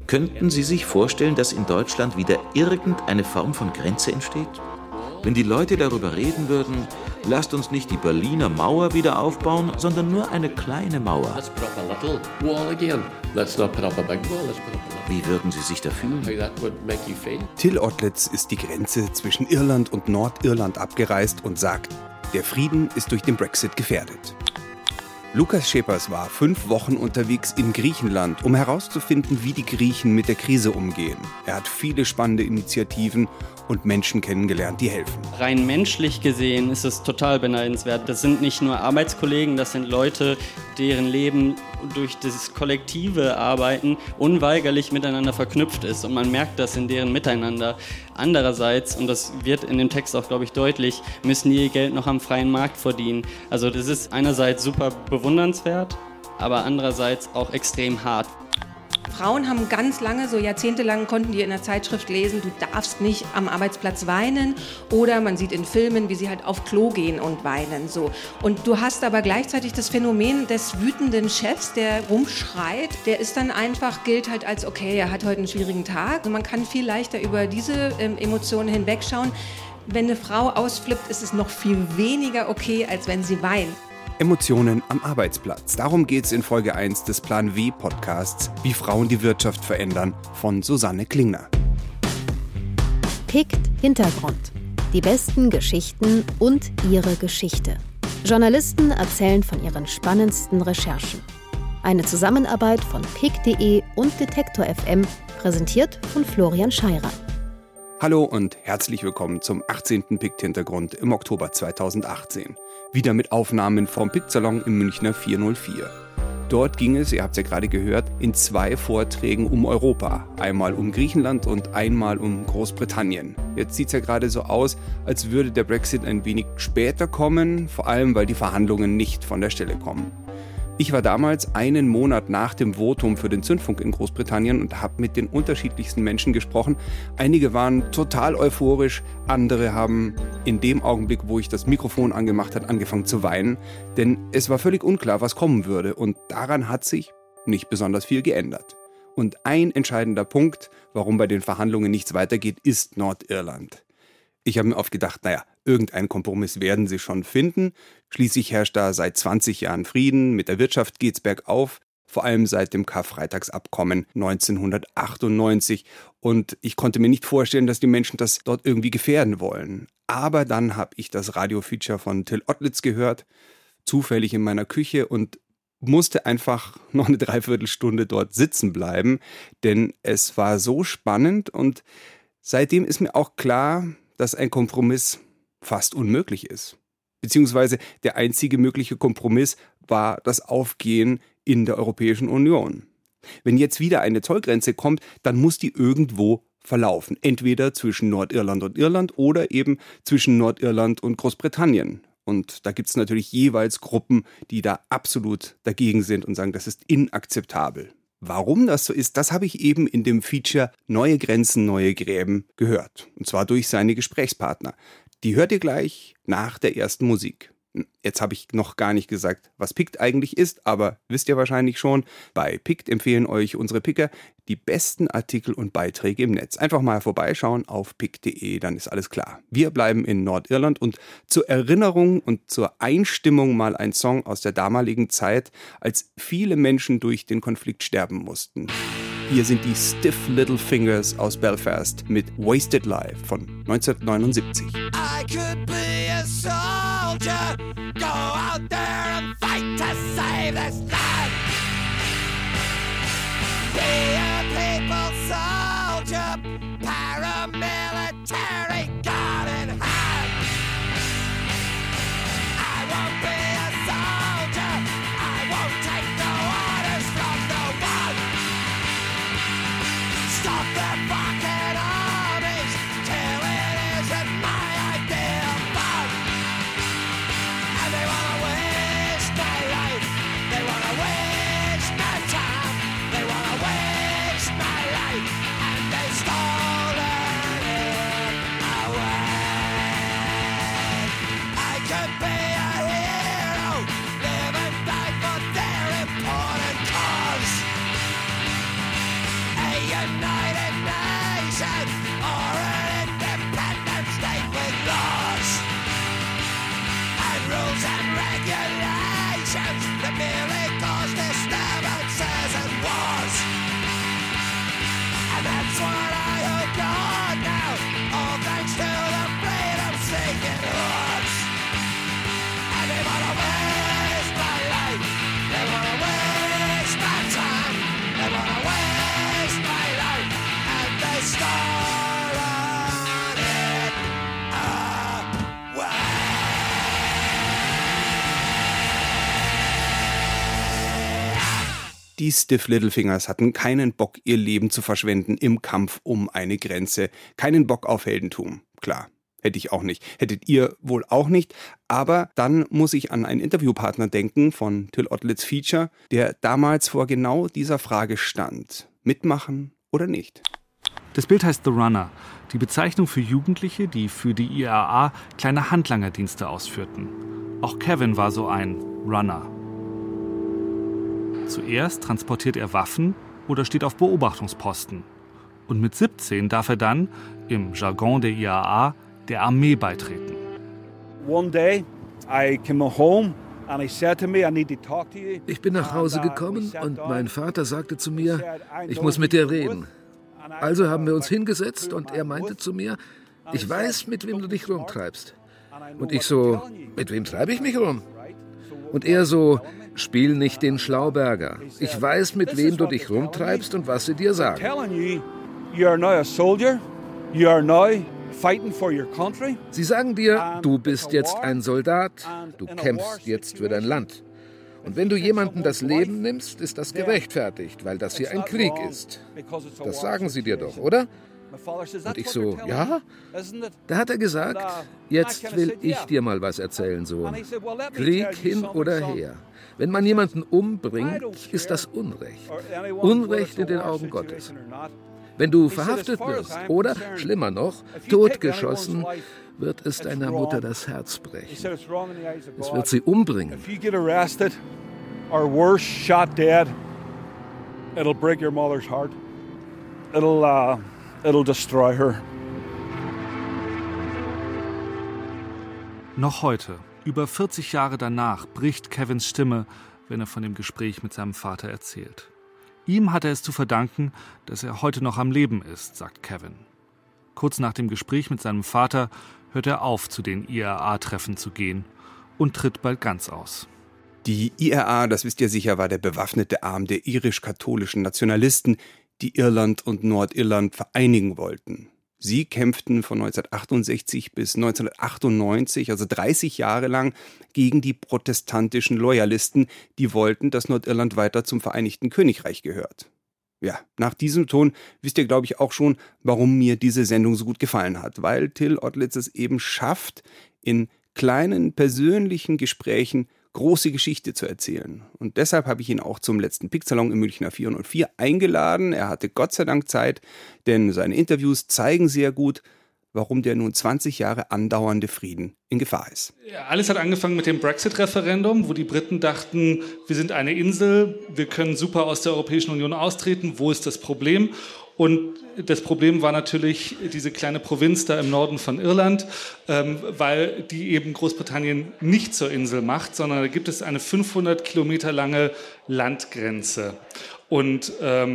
Könnten Sie sich vorstellen, dass in Deutschland wieder irgendeine Form von Grenze entsteht? Wenn die Leute darüber reden würden, lasst uns nicht die Berliner Mauer wieder aufbauen, sondern nur eine kleine Mauer. Wie würden Sie sich da fühlen? Till Ottlitz ist die Grenze zwischen Irland und Nordirland abgereist und sagt, der Frieden ist durch den Brexit gefährdet. Lukas Schepers war 5 Wochen unterwegs in Griechenland, um herauszufinden, wie die Griechen mit der Krise umgehen. Er hat viele spannende Initiativen und Menschen kennengelernt, die helfen. Rein menschlich gesehen ist es total beneidenswert. Das sind nicht nur Arbeitskollegen, das sind Leute, deren Leben durch das kollektive Arbeiten unweigerlich miteinander verknüpft ist. Und man merkt das in deren Miteinander. Andererseits, und das wird in dem Text auch, glaube ich, deutlich, müssen die ihr Geld noch am freien Markt verdienen. Also das ist einerseits super bewundernswert, aber andererseits auch extrem hart. Frauen haben ganz lange, so jahrzehntelang, konnten die in der Zeitschrift lesen, du darfst nicht am Arbeitsplatz weinen, oder man sieht in Filmen, wie sie halt auf Klo gehen und weinen. So. Und du hast aber gleichzeitig das Phänomen des wütenden Chefs, der rumschreit, der ist dann einfach, gilt halt als, okay, er hat heute einen schwierigen Tag. Und man kann viel leichter über diese Emotionen hinwegschauen. Wenn eine Frau ausflippt, ist es noch viel weniger okay, als wenn sie weint. Emotionen am Arbeitsplatz. Darum geht's in Folge 1 des Plan W Podcasts, wie Frauen die Wirtschaft verändern, von Susanne Klingner. Pickt Hintergrund. Die besten Geschichten und ihre Geschichte. Journalisten erzählen von ihren spannendsten Recherchen. Eine Zusammenarbeit von pick.de und Detektor FM, präsentiert von Florian Scheirer. Hallo und herzlich willkommen zum 18. Pickt Hintergrund im Oktober 2018. Wieder mit Aufnahmen vom Pick-Salon im Münchner 404. Dort ging es, ihr habt es ja gerade gehört, in 2 Vorträgen um Europa. Einmal um Griechenland und einmal um Großbritannien. Jetzt sieht es ja gerade so aus, als würde der Brexit ein wenig später kommen, vor allem weil die Verhandlungen nicht von der Stelle kommen. Ich war damals einen Monat nach dem Votum für den Zündfunk in Großbritannien und habe mit den unterschiedlichsten Menschen gesprochen. Einige waren total euphorisch, andere haben in dem Augenblick, wo ich das Mikrofon angemacht habe, angefangen zu weinen. Denn es war völlig unklar, was kommen würde, und daran hat sich nicht besonders viel geändert. Und ein entscheidender Punkt, warum bei den Verhandlungen nichts weitergeht, ist Nordirland. Ich habe mir oft gedacht, irgendeinen Kompromiss werden sie schon finden. Schließlich herrscht da seit 20 Jahren Frieden, mit der Wirtschaft geht's bergauf, vor allem seit dem Karfreitagsabkommen 1998. Und ich konnte mir nicht vorstellen, dass die Menschen das dort irgendwie gefährden wollen. Aber dann habe ich das Radiofeature von Till Ottlitz gehört, zufällig in meiner Küche, und musste einfach noch eine Dreiviertelstunde dort sitzen bleiben, denn es war so spannend, und seitdem ist mir auch klar, dass ein Kompromiss fast unmöglich ist. Beziehungsweise der einzige mögliche Kompromiss war das Aufgehen in der Europäischen Union. Wenn jetzt wieder eine Zollgrenze kommt, dann muss die irgendwo verlaufen. Entweder zwischen Nordirland und Irland oder eben zwischen Nordirland und Großbritannien. Und da gibt es natürlich jeweils Gruppen, die da absolut dagegen sind und sagen, das ist inakzeptabel. Warum das so ist, das habe ich eben in dem Feature Neue Grenzen, neue Gräben gehört. Und zwar durch seine Gesprächspartner. Die hört ihr gleich nach der ersten Musik. Jetzt habe ich noch gar nicht gesagt, was Pickt eigentlich ist, aber wisst ihr wahrscheinlich schon. Bei Pickt empfehlen euch unsere Picker die besten Artikel und Beiträge im Netz. Einfach mal vorbeischauen auf pick.de, dann ist alles klar. Wir bleiben in Nordirland, und zur Erinnerung und zur Einstimmung mal ein Song aus der damaligen Zeit, als viele Menschen durch den Konflikt sterben mussten. Hier sind die Stiff Little Fingers aus Belfast mit Wasted Life von 1979. I could be a soldier, go out there and fight to save this land. Be a people soldier, paramilitary gun in hand. I won't be a soldier, I won't take no orders from no one. Stop their fucking armies till it isn't my idea of fun. And they wanna waste my life, they wanna waste my time, they wanna waste my life, and they've stolen it away. I could be a hero, live and die for their important cause. A United Nations or an independent state with laws and rules and regulations that merely cause disturbances and wars. And that's what I hope God now, all thanks to the freedom-seeking hordes. And they wanna waste my life, they wanna waste my time, they wanna waste my life, and they start on it away. Die Stiff Little Fingers hatten keinen Bock, ihr Leben zu verschwenden im Kampf um eine Grenze. Keinen Bock auf Heldentum. Klar, hätte ich auch nicht. Hättet ihr wohl auch nicht. Aber dann muss ich an einen Interviewpartner denken von Till Ottlitz Feature, der damals vor genau dieser Frage stand. Mitmachen oder nicht? Das Bild heißt The Runner, die Bezeichnung für Jugendliche, die für die IAA kleine Handlangerdienste ausführten. Auch Kevin war so ein Runner. Zuerst transportiert er Waffen oder steht auf Beobachtungsposten. Und mit 17 darf er dann, im Jargon der IAA, der Armee beitreten. Ich bin nach Hause gekommen und mein Vater sagte zu mir, ich muss mit dir reden. Also haben wir uns hingesetzt und er meinte zu mir, ich weiß, mit wem du dich rumtreibst. Und ich so, mit wem treibe ich mich rum? Und er so, spiel nicht den Schlauberger. Ich weiß, mit wem du dich rumtreibst und was sie dir sagen. Sie sagen dir, du bist jetzt ein Soldat, du kämpfst jetzt für dein Land. Und wenn du jemandem das Leben nimmst, ist das gerechtfertigt, weil das hier ein Krieg ist. Das sagen sie dir doch, oder? Und ich so, ja? Da hat er gesagt, jetzt will ich dir mal was erzählen, Sohn. Krieg hin oder her. Wenn man jemanden umbringt, ist das Unrecht. Unrecht in den Augen Gottes. Wenn du verhaftet wirst oder, schlimmer noch, totgeschossen, wird es deiner Mutter das Herz brechen. Es wird sie umbringen. Or worse, shot dead, it'll break your mother's heart. It'll destroy her. Noch heute, über 40 Jahre danach, bricht Kevins Stimme, wenn er von dem Gespräch mit seinem Vater erzählt. Ihm hat er es zu verdanken, dass er heute noch am Leben ist, sagt Kevin. Kurz nach dem Gespräch mit seinem Vater hört er auf, zu den IAA-Treffen zu gehen und tritt bald ganz aus. Die IRA, das wisst ihr sicher, war der bewaffnete Arm der irisch-katholischen Nationalisten, die Irland und Nordirland vereinigen wollten. Sie kämpften von 1968 bis 1998, also 30 Jahre lang, gegen die protestantischen Loyalisten, die wollten, dass Nordirland weiter zum Vereinigten Königreich gehört. Ja, nach diesem Ton wisst ihr, glaube ich, auch schon, warum mir diese Sendung so gut gefallen hat, weil Till Ottlitz es eben schafft, in kleinen persönlichen Gesprächen große Geschichte zu erzählen. Und deshalb habe ich ihn auch zum letzten Picksalon im Münchner 404 eingeladen. Er hatte Gott sei Dank Zeit, denn seine Interviews zeigen sehr gut, warum der nun 20 Jahre andauernde Frieden in Gefahr ist. Ja, alles hat angefangen mit dem Brexit-Referendum, wo die Briten dachten, wir sind eine Insel, wir können super aus der Europäischen Union austreten, wo ist das Problem? Und das Problem war natürlich diese kleine Provinz da im Norden von Irland, weil die eben Großbritannien nicht zur Insel macht, sondern da gibt es eine 500 Kilometer lange Landgrenze. Und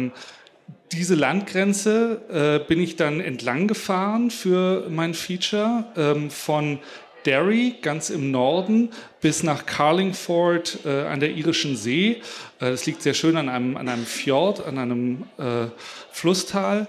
diese Landgrenze bin ich dann entlang gefahren für mein Feature von Derry, ganz im Norden, bis nach Carlingford an der irischen See. Das liegt sehr schön an einem Fjord, an einem Flusstal.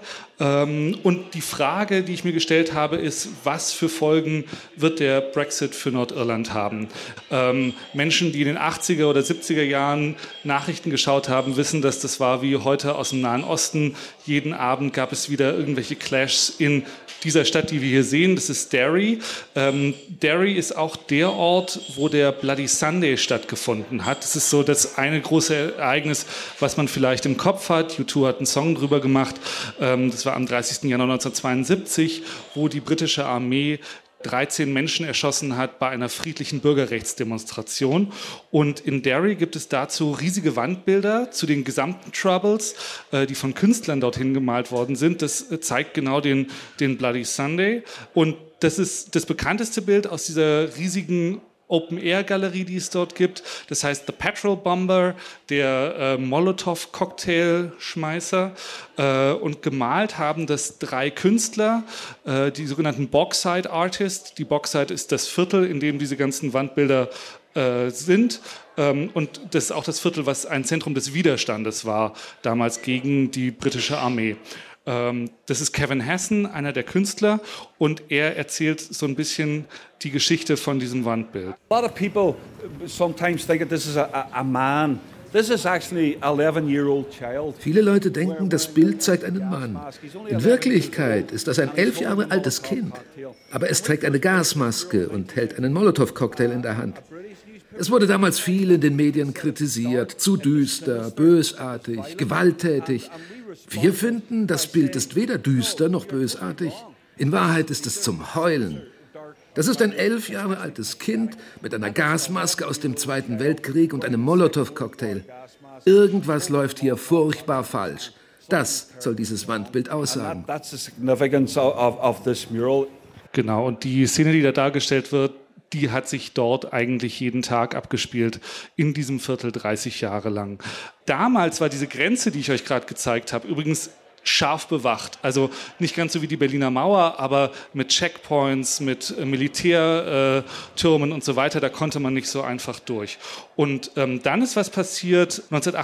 Und die Frage, die ich mir gestellt habe, ist, was für Folgen wird der Brexit für Nordirland haben? Menschen, die in den 80er oder 70er Jahren Nachrichten geschaut haben, wissen, dass das war wie heute aus dem Nahen Osten. Jeden Abend gab es wieder irgendwelche Clashs in dieser Stadt, die wir hier sehen. Das ist Derry. Derry ist auch der Ort, wo der Bloody Sunday stattgefunden hat. Das ist so das eine große Ereignis, was man vielleicht im Kopf hat. U2 hat einen Song drüber gemacht. Das war am 30. Januar 1972, wo die britische Armee 13 Menschen erschossen hat bei einer friedlichen Bürgerrechtsdemonstration. Und in Derry gibt es dazu riesige Wandbilder zu den gesamten Troubles, die von Künstlern dorthin gemalt worden sind. Das zeigt genau den Bloody Sunday. Und das ist das bekannteste Bild aus dieser riesigen Open-Air-Galerie, die es dort gibt. Das heißt The Petrol Bomber, der Molotow-Cocktail-Schmeißer. Und gemalt haben das 3 Künstler, die sogenannten Bogside Artists. Die Bogside ist das Viertel, in dem diese ganzen Wandbilder sind. Und das ist auch das Viertel, was ein Zentrum des Widerstandes war, damals gegen die britische Armee. Das ist Kevin Hassan, einer der Künstler, und er erzählt so ein bisschen die Geschichte von diesem Wandbild. A lot of people sometimes think that this is a man. This is actually an 11-year-old child. Viele Leute denken, das Bild zeigt einen Mann. In Wirklichkeit ist das ein 11 Jahre altes Kind. Aber es trägt eine Gasmaske und hält einen Molotow-Cocktail in der Hand. Es wurde damals viel in den Medien kritisiert, zu düster, bösartig, gewalttätig. Wir finden, das Bild ist weder düster noch bösartig. In Wahrheit ist es zum Heulen. Das ist ein 11 Jahre altes Kind mit einer Gasmaske aus dem Zweiten Weltkrieg und einem Molotow-Cocktail. Irgendwas läuft hier furchtbar falsch. Das soll dieses Wandbild aussagen. Genau, und die Szene, die da dargestellt wird, die hat sich dort eigentlich jeden Tag abgespielt, in diesem Viertel 30 Jahre lang. Damals war diese Grenze, die ich euch gerade gezeigt habe, übrigens scharf bewacht. Also nicht ganz so wie die Berliner Mauer, aber mit Checkpoints, mit Militärtürmen und so weiter. Da konnte man nicht so einfach durch. Und dann ist was passiert,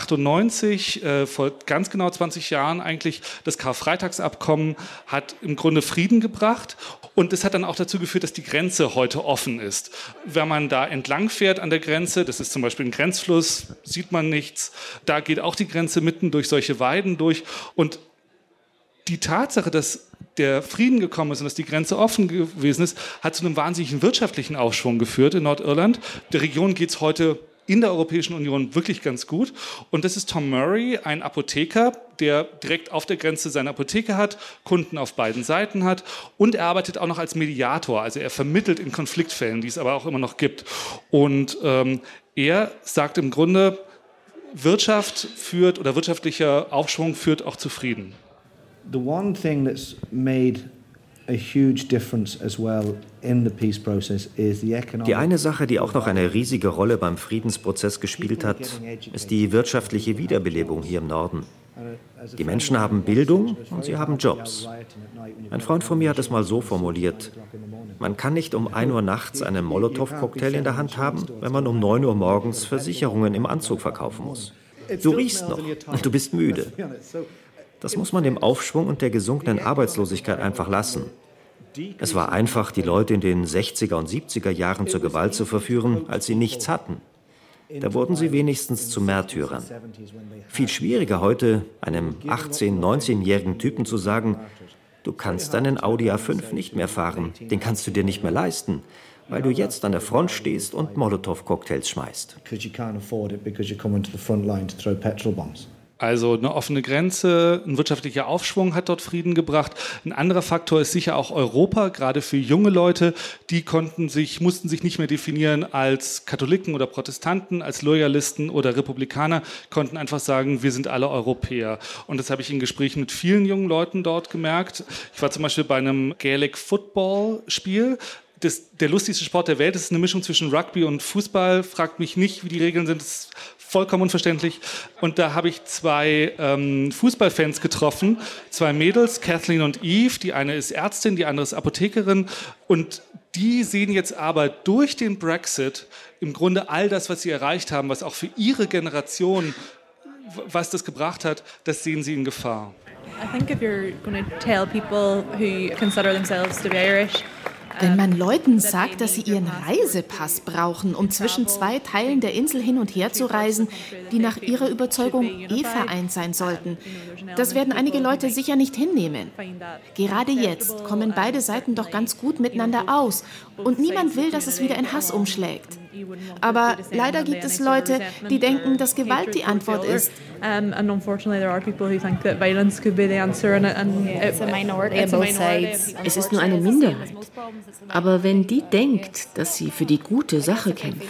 1998, vor ganz genau 20 Jahren eigentlich, das Karfreitagsabkommen hat im Grunde Frieden gebracht. Und es hat dann auch dazu geführt, dass die Grenze heute offen ist. Wenn man da entlang fährt an der Grenze, das ist zum Beispiel ein Grenzfluss, sieht man nichts. Da geht auch die Grenze mitten durch solche Weiden durch. Und die Tatsache, dass der Frieden gekommen ist und dass die Grenze offen gewesen ist, hat zu einem wahnsinnigen wirtschaftlichen Aufschwung geführt in Nordirland. Der Region geht es heute in der Europäischen Union wirklich ganz gut. Und das ist Tom Murray, ein Apotheker, der direkt auf der Grenze seine Apotheke hat, Kunden auf beiden Seiten hat, und er arbeitet auch noch als Mediator. Also er vermittelt in Konfliktfällen, die es aber auch immer noch gibt. Und er sagt im Grunde, Wirtschaft führt oder wirtschaftlicher Aufschwung führt auch zu Frieden. The one thing that's made a huge difference as well in the peace process is the economic. Die eine Sache, die auch noch eine riesige Rolle beim Friedensprozess gespielt hat, ist die wirtschaftliche Wiederbelebung hier im Norden. Die Menschen haben Bildung und sie haben Jobs. Ein Freund von mir hat es mal so formuliert: Man kann nicht um 1 Uhr nachts einen Molotow-Cocktail in der Hand haben, wenn man um 9 Uhr morgens Versicherungen im Anzug verkaufen muss. Du riechst noch und du bist müde. Das muss man dem Aufschwung und der gesunkenen Arbeitslosigkeit einfach lassen. Es war einfach, die Leute in den 60er und 70er Jahren zur Gewalt zu verführen, als sie nichts hatten. Da wurden sie wenigstens zu Märtyrern. Viel schwieriger heute, einem 18-, 19-jährigen Typen zu sagen, du kannst deinen Audi A5 nicht mehr fahren, den kannst du dir nicht mehr leisten, weil du jetzt an der Front stehst und Molotow-Cocktails schmeißt. Also eine offene Grenze, ein wirtschaftlicher Aufschwung hat dort Frieden gebracht. Ein anderer Faktor ist sicher auch Europa, gerade für junge Leute. Die mussten sich nicht mehr definieren als Katholiken oder Protestanten, als Loyalisten oder Republikaner, konnten einfach sagen, wir sind alle Europäer. Und das habe ich in Gesprächen mit vielen jungen Leuten dort gemerkt. Ich war zum Beispiel bei einem Gaelic Football Spiel. Der lustigste Sport der Welt, das ist eine Mischung zwischen Rugby und Fußball. Fragt mich nicht, wie die Regeln sind, das ist vollkommen unverständlich. Und da habe ich 2 Fußballfans getroffen, 2 Mädels, Kathleen und Eve. Die eine ist Ärztin, die andere ist Apothekerin. Und die sehen jetzt aber durch den Brexit im Grunde all das, was sie erreicht haben, was auch für ihre Generation, was das gebracht hat, das sehen sie in Gefahr. I think if you're going to tell people who consider themselves to be Irish, wenn man Leuten sagt, dass sie ihren Reisepass brauchen, um zwischen 2 Teilen der Insel hin und her zu reisen, die nach ihrer Überzeugung vereint sein sollten, das werden einige Leute sicher nicht hinnehmen. Gerade jetzt kommen beide Seiten doch ganz gut miteinander aus und niemand will, dass es wieder in Hass umschlägt. Aber leider gibt es Leute, die denken, dass Gewalt die Antwort ist. Es ist nur eine Minderheit. Aber wenn die denkt, dass sie für die gute Sache kämpft.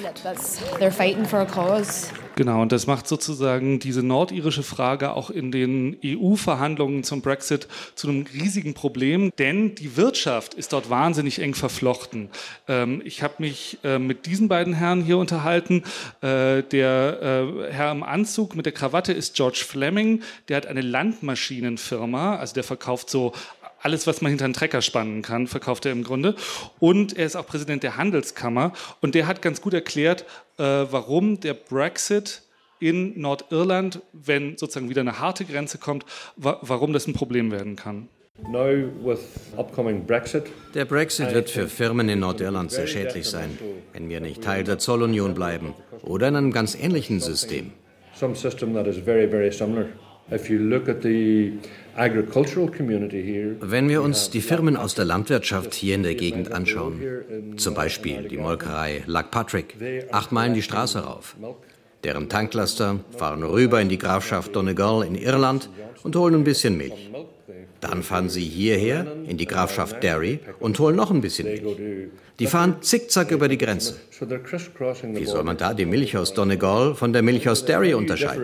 Genau, und das macht sozusagen diese nordirische Frage auch in den EU-Verhandlungen zum Brexit zu einem riesigen Problem, denn die Wirtschaft ist dort wahnsinnig eng verflochten. Ich habe mich mit diesen beiden Herren hier unterhalten. Der Herr im Anzug mit der Krawatte ist George Fleming, der hat eine Landmaschinenfirma, also der verkauft so alles, was man hinter einen Trecker spannen kann, verkauft er im Grunde. Und er ist auch Präsident der Handelskammer. Und der hat ganz gut erklärt, warum der Brexit in Nordirland, wenn sozusagen wieder eine harte Grenze kommt, warum das ein Problem werden kann. Der Brexit wird für Firmen in Nordirland sehr schädlich sein, wenn wir nicht Teil der Zollunion bleiben oder in einem ganz ähnlichen System. Wenn wir uns die Firmen aus der Landwirtschaft hier in der Gegend anschauen, zum Beispiel die Molkerei Lagpatrick, 8 Meilen die Straße rauf. Deren Tanklaster fahren rüber in die Grafschaft Donegal in Irland und holen ein bisschen Milch. Dann fahren sie hierher in die Grafschaft Derry und holen noch ein bisschen Milch. Die fahren zickzack über die Grenze. Wie soll man da die Milch aus Donegal von der Milch aus Derry unterscheiden?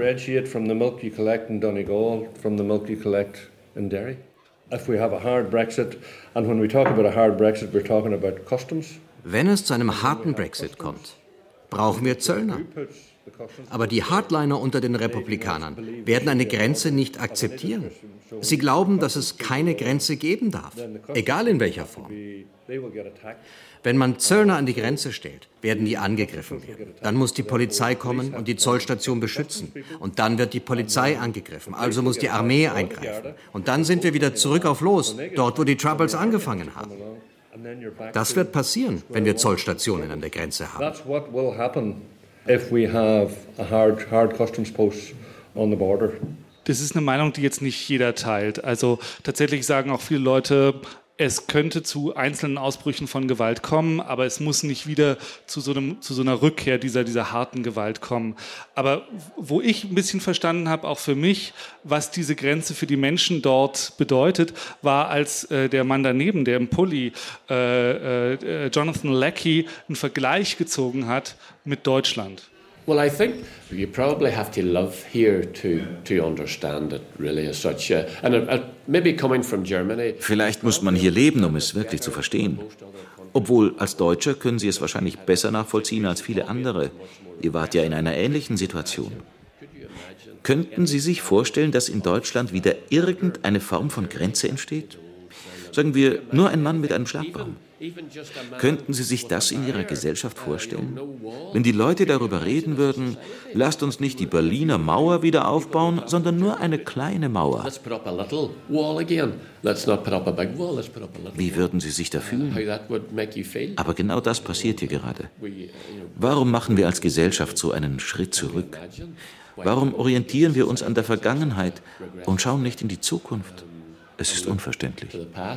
Wenn es zu einem harten Brexit kommt, brauchen wir Zöllner. Aber die Hardliner unter den Republikanern werden eine Grenze nicht akzeptieren. Sie glauben, dass es keine Grenze geben darf, egal in welcher Form. Wenn man Zöllner an die Grenze stellt, werden die angegriffen werden. Dann muss die Polizei kommen und die Zollstation beschützen. Und dann wird die Polizei angegriffen, also muss die Armee eingreifen. Und dann sind wir wieder zurück auf Los, dort, wo die Troubles angefangen haben. Das wird passieren, wenn wir Zollstationen an der Grenze haben. If we have a hard customs post on the border. Das ist eine Meinung, die jetzt nicht jeder teilt. Also tatsächlich sagen auch viele Leute, es könnte zu einzelnen Ausbrüchen von Gewalt kommen, aber es muss nicht wieder zu so einer Rückkehr dieser harten Gewalt kommen. Aber wo ich ein bisschen verstanden habe, auch für mich, was diese Grenze für die Menschen dort bedeutet, war, als der Mann daneben, der im Pulli, Jonathan Lackey, einen Vergleich gezogen hat mit Deutschland. Well, I think you probably have to live here to understand it really as such. And maybe coming from Germany. Vielleicht muss man hier leben, um es wirklich zu verstehen. Obwohl, als Deutscher können Sie es wahrscheinlich besser nachvollziehen als viele andere. Ihr wart ja in einer ähnlichen Situation. Könnten Sie sich vorstellen, dass in Deutschland wieder irgendeine Form von Grenze entsteht? Sagen wir, nur ein Mann mit einem Schlagbaum. Könnten Sie sich das in Ihrer Gesellschaft vorstellen? Wenn die Leute darüber reden würden, lasst uns nicht die Berliner Mauer wieder aufbauen, sondern nur eine kleine Mauer. Wie würden Sie sich da fühlen? Aber genau das passiert hier gerade. Warum machen wir als Gesellschaft so einen Schritt zurück? Warum orientieren wir uns an der Vergangenheit und schauen nicht in die Zukunft? Es ist unverständlich.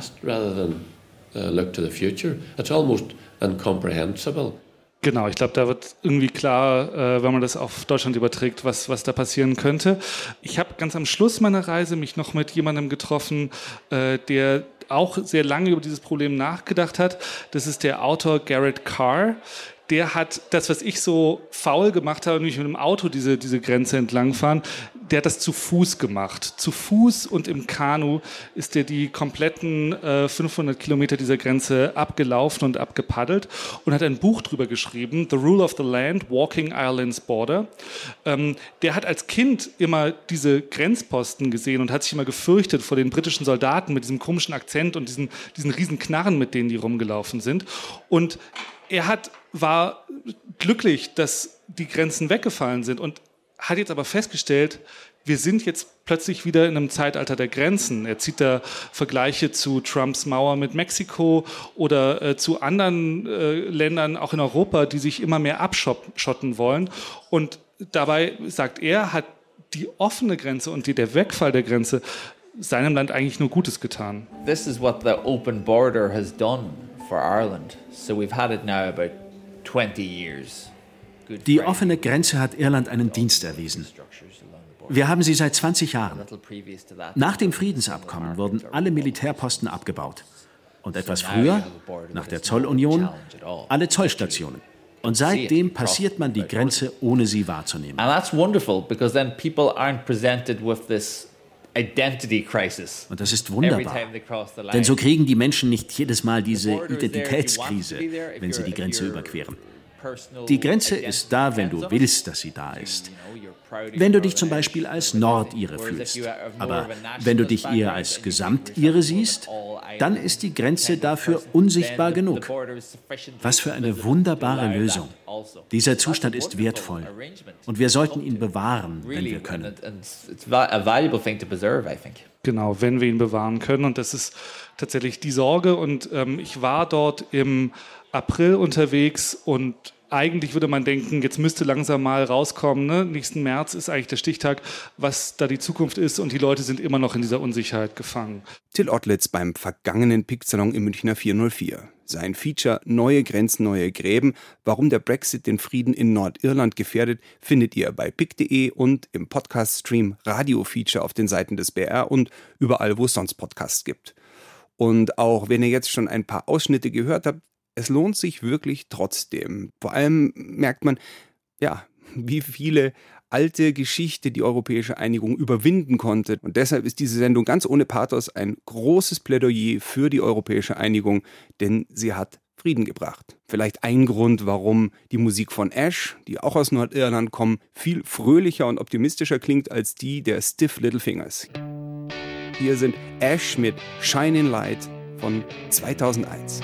Look to the future. It's almost incomprehensible. Genau, ich glaube, da wird irgendwie klar, wenn man das auf Deutschland überträgt, was da passieren könnte. Ich habe ganz am Schluss meiner Reise mich noch mit jemandem getroffen, der auch sehr lange über dieses Problem nachgedacht hat. Das ist der Autor Garrett Carr. Der hat das, was ich so faul gemacht habe, nämlich mit dem Auto diese Grenze entlangfahren, der hat das zu Fuß gemacht. Zu Fuß und im Kanu ist er die kompletten 500 Kilometer dieser Grenze abgelaufen und abgepaddelt und hat ein Buch drüber geschrieben, The Rule of the Land, Walking Ireland's Border. Der hat als Kind immer diese Grenzposten gesehen und hat sich immer gefürchtet vor den britischen Soldaten mit diesem komischen Akzent und diesen riesen Knarren, mit denen die rumgelaufen sind. Und er war glücklich, dass die Grenzen weggefallen sind und hat jetzt aber festgestellt, wir sind jetzt plötzlich wieder in einem Zeitalter der Grenzen. Er zieht da Vergleiche zu Trumps Mauer mit Mexiko oder zu anderen Ländern, auch in Europa, die sich immer mehr abschotten wollen. Und dabei, sagt er, hat die offene Grenze und der Wegfall der Grenze seinem Land eigentlich nur Gutes getan. This is what the open border has done for Ireland. So we've had it now about 20 years. Die offene Grenze hat Irland einen Dienst erwiesen. Wir haben sie seit 20 Jahren. Nach dem Friedensabkommen wurden alle Militärposten abgebaut. Und etwas früher, nach der Zollunion, alle Zollstationen. Und seitdem passiert man die Grenze, ohne sie wahrzunehmen. And that's wonderful, because then people aren't presented with this identity crisis. Und das ist wunderbar, denn so kriegen die Menschen nicht jedes Mal diese Identitätskrise, wenn sie die Grenze überqueren. Die Grenze ist da, wenn du willst, dass sie da ist. Wenn du dich zum Beispiel als Nordire fühlst. Aber wenn du dich eher als Gesamtire siehst, dann ist die Grenze dafür unsichtbar genug. Was für eine wunderbare Lösung. Dieser Zustand ist wertvoll. Und wir sollten ihn bewahren, wenn wir können. Genau, wenn wir ihn bewahren können. Und das ist tatsächlich die Sorge. Und ich war dort im April unterwegs und eigentlich würde man denken, jetzt müsste langsam mal rauskommen, ne? Nächsten März ist eigentlich der Stichtag, was da die Zukunft ist, und die Leute sind immer noch in dieser Unsicherheit gefangen. Till Ottlitz beim vergangenen PIK-Salon im Münchner 404. Sein Feature Neue Grenzen, neue Gräben, warum der Brexit den Frieden in Nordirland gefährdet, findet ihr bei PIK.de und im Podcast-Stream Radio-Feature auf den Seiten des BR und überall, wo es sonst Podcasts gibt. Und auch wenn ihr jetzt schon ein paar Ausschnitte gehört habt, es lohnt sich wirklich trotzdem. Vor allem merkt man, ja, wie viele alte Geschichte die europäische Einigung überwinden konnte. Und deshalb ist diese Sendung ganz ohne Pathos ein großes Plädoyer für die europäische Einigung, denn sie hat Frieden gebracht. Vielleicht ein Grund, warum die Musik von Ash, die auch aus Nordirland kommen, viel fröhlicher und optimistischer klingt als die der Stiff Little Fingers. Hier sind Ash mit Shining Light von 2001.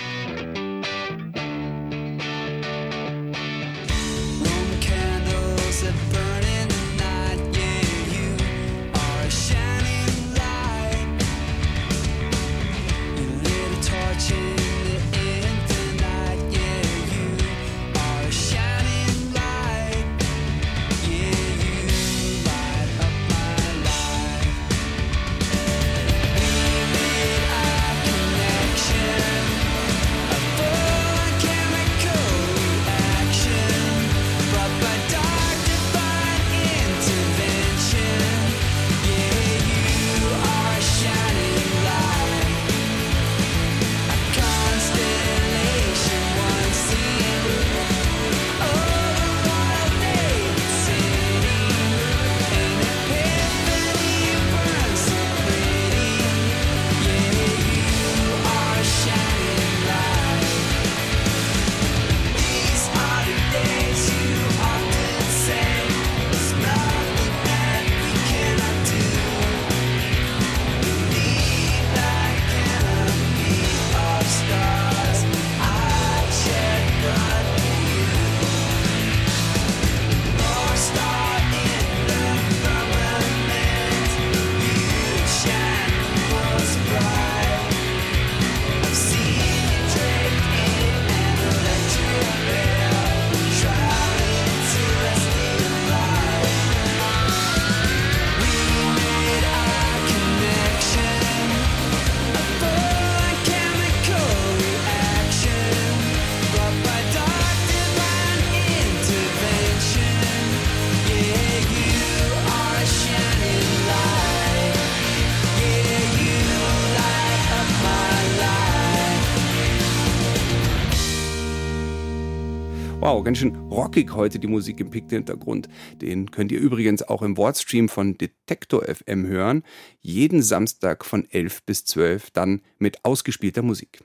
Wow, ganz schön rockig heute die Musik im PIK-Hintergrund. Den könnt ihr übrigens auch im Wordstream von Detektor FM hören. Jeden Samstag von 11 bis 12, dann mit ausgespielter Musik.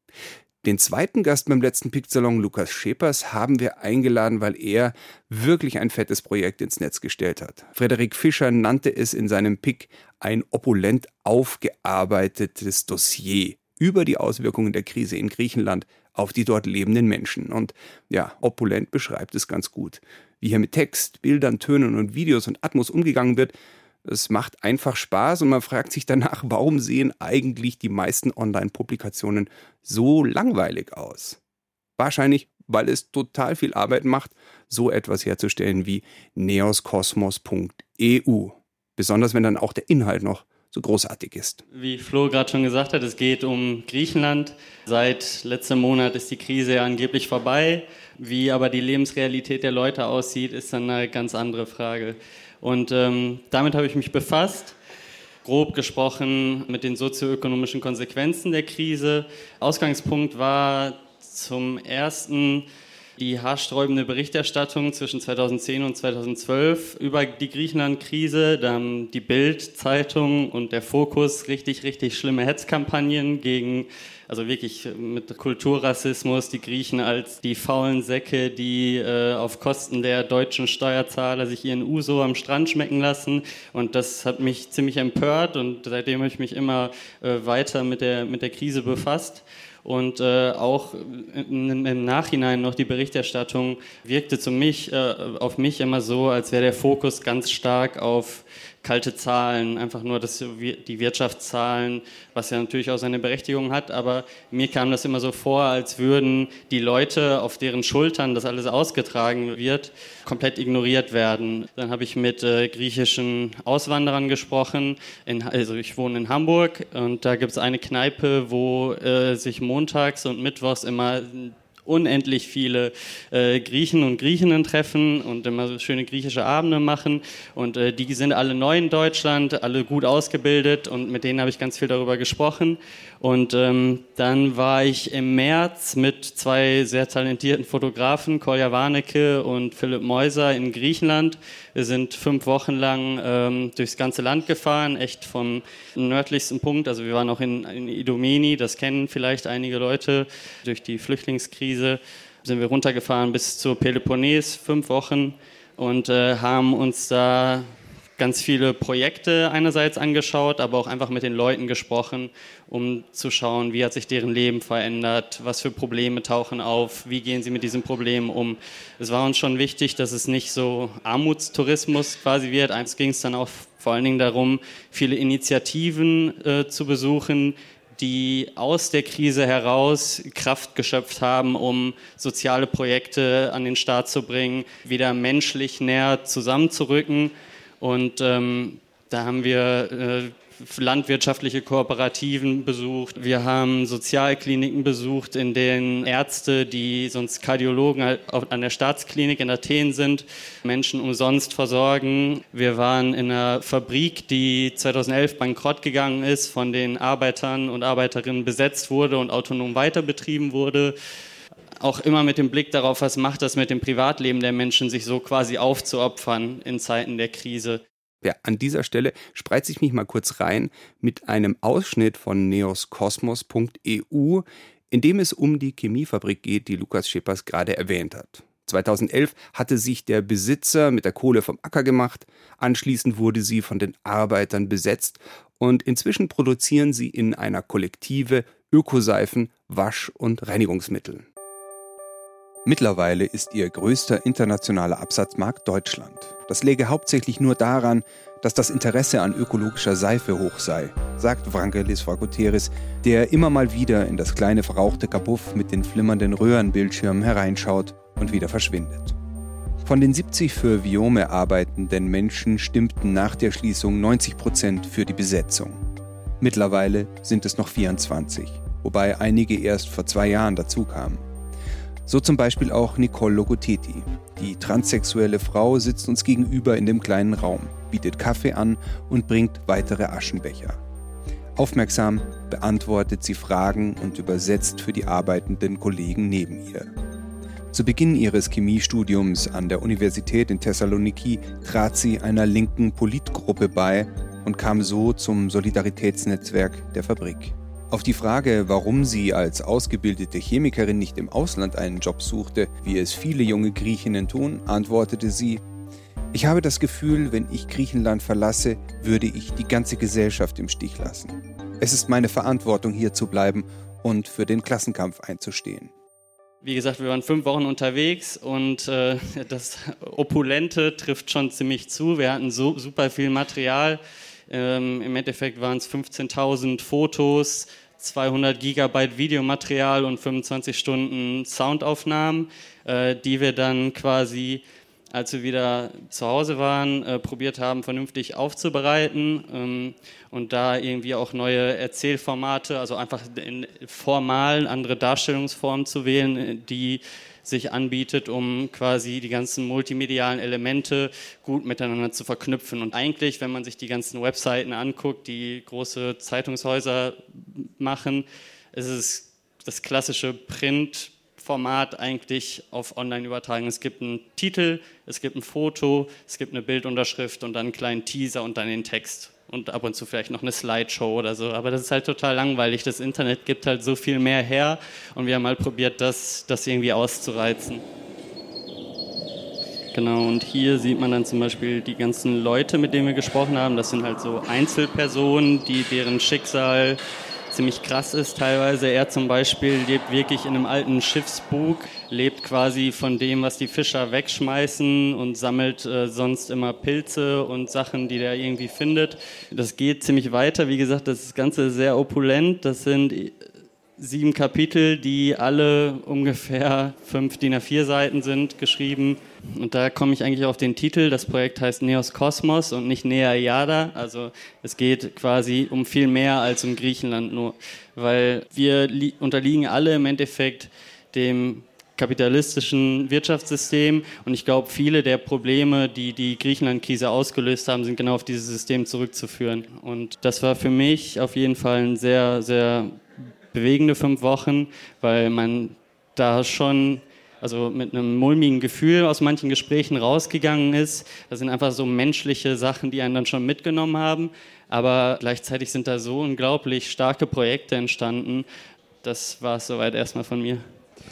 Den zweiten Gast beim letzten PIK-Salon, Lukas Schepers, haben wir eingeladen, weil er wirklich ein fettes Projekt ins Netz gestellt hat. Frederik Fischer nannte es in seinem PIK ein opulent aufgearbeitetes Dossier über die Auswirkungen der Krise in Griechenland auf die dort lebenden Menschen. Und ja, opulent beschreibt es ganz gut. Wie hier mit Text, Bildern, Tönen und Videos und Atmos umgegangen wird, es macht einfach Spaß und man fragt sich danach, warum sehen eigentlich die meisten Online-Publikationen so langweilig aus? Wahrscheinlich, weil es total viel Arbeit macht, so etwas herzustellen wie neoskosmos.eu. Besonders wenn dann auch der Inhalt noch so großartig ist. Wie Flo gerade schon gesagt hat, es geht um Griechenland. Seit letztem Monat ist die Krise ja angeblich vorbei. Wie aber die Lebensrealität der Leute aussieht, ist dann eine ganz andere Frage. Und damit habe ich mich befasst. Grob gesprochen mit den sozioökonomischen Konsequenzen der Krise. Ausgangspunkt war zum ersten die haarsträubende Berichterstattung zwischen 2010 und 2012 über die Griechenland-Krise. Da haben die Bild-Zeitung und der Fokus richtig schlimme Hetzkampagnen gegen, also wirklich mit Kulturrassismus, die Griechen als die faulen Säcke, die auf Kosten der deutschen Steuerzahler sich ihren Uso am Strand schmecken lassen. Und das hat mich ziemlich empört und seitdem habe ich mich immer weiter mit der Krise befasst. Und auch im Nachhinein noch die Berichterstattung wirkte auf mich immer so, als wäre der Fokus ganz stark auf kalte Zahlen, einfach nur die Wirtschaftszahlen, was ja natürlich auch seine Berechtigung hat, aber mir kam das immer so vor, als würden die Leute, auf deren Schultern das alles ausgetragen wird, komplett ignoriert werden. Dann habe ich mit griechischen Auswanderern gesprochen, also ich wohne in Hamburg und da gibt es eine Kneipe, wo sich montags und mittwochs immer unendlich viele Griechen und Griechinnen treffen und immer so schöne griechische Abende machen und die sind alle neu in Deutschland, alle gut ausgebildet und mit denen habe ich ganz viel darüber gesprochen und dann war ich im März mit 2 sehr talentierten Fotografen, Kolja Warnecke und Philipp Meuser in Griechenland. Wir sind 5 Wochen lang durchs ganze Land gefahren, echt vom nördlichsten Punkt, also wir waren auch in Idomeni, das kennen vielleicht einige Leute, durch die Flüchtlingskrise sind wir runtergefahren bis zur Peloponnes, 5 Wochen und haben uns da ganz viele Projekte einerseits angeschaut, aber auch einfach mit den Leuten gesprochen, um zu schauen, wie hat sich deren Leben verändert, was für Probleme tauchen auf, wie gehen sie mit diesen Problemen um. Es war uns schon wichtig, dass es nicht so Armutstourismus quasi wird. Eins ging es dann auch vor allen Dingen darum, viele Initiativen zu besuchen, die aus der Krise heraus Kraft geschöpft haben, um soziale Projekte an den Start zu bringen, wieder menschlich näher zusammenzurücken. Und da haben wir landwirtschaftliche Kooperativen besucht. Wir haben Sozialkliniken besucht, in denen Ärzte, die sonst Kardiologen an der Staatsklinik in Athen sind, Menschen umsonst versorgen. Wir waren in einer Fabrik, die 2011 bankrott gegangen ist, von den Arbeitern und Arbeiterinnen besetzt wurde und autonom weiterbetrieben wurde. Auch immer mit dem Blick darauf, was macht das mit dem Privatleben der Menschen, sich so quasi aufzuopfern in Zeiten der Krise. Ja, an dieser Stelle spreize ich mich mal kurz rein mit einem Ausschnitt von neoskosmos.eu, in dem es um die Chemiefabrik geht, die Lukas Schepers gerade erwähnt hat. 2011 hatte sich der Besitzer mit der Kohle vom Acker gemacht, anschließend wurde sie von den Arbeitern besetzt und inzwischen produzieren sie in einer Kollektive Ökoseifen, Wasch- und Reinigungsmittel. Mittlerweile ist ihr größter internationaler Absatzmarkt Deutschland. Das läge hauptsächlich nur daran, dass das Interesse an ökologischer Seife hoch sei, sagt Vrangelis Frakoteris, der immer mal wieder in das kleine verrauchte Kabuff mit den flimmernden Röhrenbildschirmen hereinschaut und wieder verschwindet. Von den 70 für Viome arbeitenden Menschen stimmten nach der Schließung 90% für die Besetzung. Mittlerweile sind es noch 24, wobei einige erst vor 2 Jahren dazukamen. So zum Beispiel auch Nicole Logoteti. Die transsexuelle Frau sitzt uns gegenüber in dem kleinen Raum, bietet Kaffee an und bringt weitere Aschenbecher. Aufmerksam beantwortet sie Fragen und übersetzt für die arbeitenden Kollegen neben ihr. Zu Beginn ihres Chemiestudiums an der Universität in Thessaloniki trat sie einer linken Politgruppe bei und kam so zum Solidaritätsnetzwerk der Fabrik. Auf die Frage, warum sie als ausgebildete Chemikerin nicht im Ausland einen Job suchte, wie es viele junge Griechinnen tun, antwortete sie: Ich habe das Gefühl, wenn ich Griechenland verlasse, würde ich die ganze Gesellschaft im Stich lassen. Es ist meine Verantwortung, hier zu bleiben und für den Klassenkampf einzustehen. Wie gesagt, wir waren 5 Wochen unterwegs und das Opulente trifft schon ziemlich zu. Wir hatten super viel Material. Im Endeffekt waren es 15.000 Fotos, 200 Gigabyte Videomaterial und 25 Stunden Soundaufnahmen, die wir dann quasi als wir wieder zu Hause waren, probiert haben, vernünftig aufzubereiten und da irgendwie auch neue Erzählformate, also einfach formal andere Darstellungsformen zu wählen, die sich anbietet, um quasi die ganzen multimedialen Elemente gut miteinander zu verknüpfen. Und eigentlich, wenn man sich die ganzen Webseiten anguckt, die große Zeitungshäuser machen, ist es das klassische Printformat eigentlich auf online übertragen. Es gibt einen Titel, es gibt ein Foto, es gibt eine Bildunterschrift und dann einen kleinen Teaser und dann den Text. Und ab und zu vielleicht noch eine Slideshow oder so. Aber das ist halt total langweilig. Das Internet gibt halt so viel mehr her und wir haben halt probiert, das irgendwie auszureizen. Genau, und hier sieht man dann zum Beispiel die ganzen Leute, mit denen wir gesprochen haben. Das sind halt so Einzelpersonen, deren Schicksal ziemlich krass ist teilweise. Er zum Beispiel lebt wirklich in einem alten Schiffsbug, lebt quasi von dem, was die Fischer wegschmeißen und sammelt sonst immer Pilze und Sachen, die der irgendwie findet. Das geht ziemlich weiter. Wie gesagt, das Ganze ist sehr opulent. Das sind 7 Kapitel, die alle ungefähr 5 DIN A4 Seiten sind, geschrieben. Und da komme ich eigentlich auf den Titel. Das Projekt heißt Neos Kosmos und nicht Nea Iada. Also es geht quasi um viel mehr als um Griechenland nur. Weil wir unterliegen alle im Endeffekt dem kapitalistischen Wirtschaftssystem. Und ich glaube, viele der Probleme, die die Griechenland-Krise ausgelöst haben, sind genau auf dieses System zurückzuführen. Und das war für mich auf jeden Fall ein sehr, sehr bewegende 5 Wochen, weil man da schon mit einem mulmigen Gefühl aus manchen Gesprächen rausgegangen ist. Das sind einfach so menschliche Sachen, die einen dann schon mitgenommen haben. Aber gleichzeitig sind da so unglaublich starke Projekte entstanden. Das war es soweit erstmal von mir.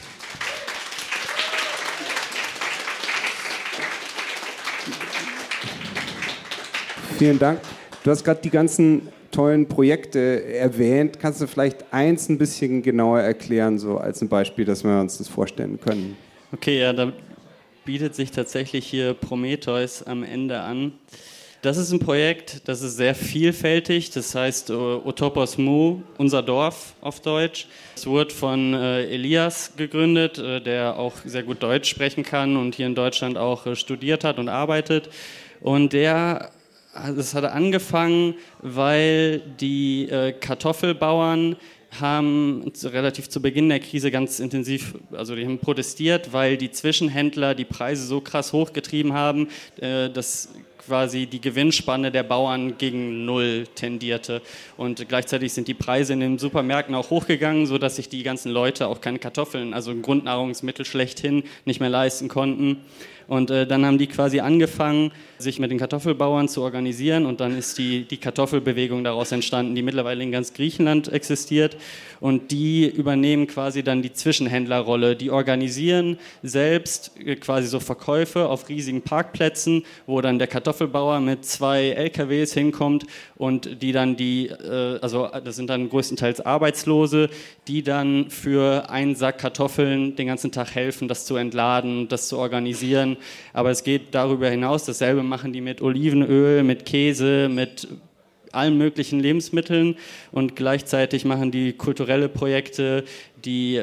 Vielen Dank. Du hast gerade die ganzen tollen Projekte erwähnt. Kannst du vielleicht eins ein bisschen genauer erklären, so als ein Beispiel, dass wir uns das vorstellen können? Okay, ja, da bietet sich tatsächlich hier Prometheus am Ende an. Das ist ein Projekt, das ist sehr vielfältig, das heißt Otopos Mu, unser Dorf auf Deutsch. Es wurde von Elias gegründet, der auch sehr gut Deutsch sprechen kann und hier in Deutschland auch studiert hat und arbeitet. Und das hat angefangen, weil die Kartoffelbauern haben relativ zu Beginn der Krise ganz intensiv, also die haben protestiert, weil die Zwischenhändler die Preise so krass hochgetrieben haben, dass quasi die Gewinnspanne der Bauern gegen Null tendierte. Und gleichzeitig sind die Preise in den Supermärkten auch hochgegangen, sodass sich die ganzen Leute auch keine Kartoffeln, also ein Grundnahrungsmittel schlechthin, nicht mehr leisten konnten. Und dann haben die quasi angefangen, sich mit den Kartoffelbauern zu organisieren und dann ist die Kartoffelbewegung daraus entstanden, die mittlerweile in ganz Griechenland existiert und die übernehmen quasi dann die Zwischenhändlerrolle. Die organisieren selbst quasi so Verkäufe auf riesigen Parkplätzen, wo dann der Kartoffelbauer mit 2 LKWs hinkommt und die dann also das sind dann größtenteils Arbeitslose, die dann für einen Sack Kartoffeln den ganzen Tag helfen, das zu entladen, das zu organisieren. Aber es geht darüber hinaus, dasselbe machen die mit Olivenöl, mit Käse, mit allen möglichen Lebensmitteln und gleichzeitig machen die kulturelle Projekte, die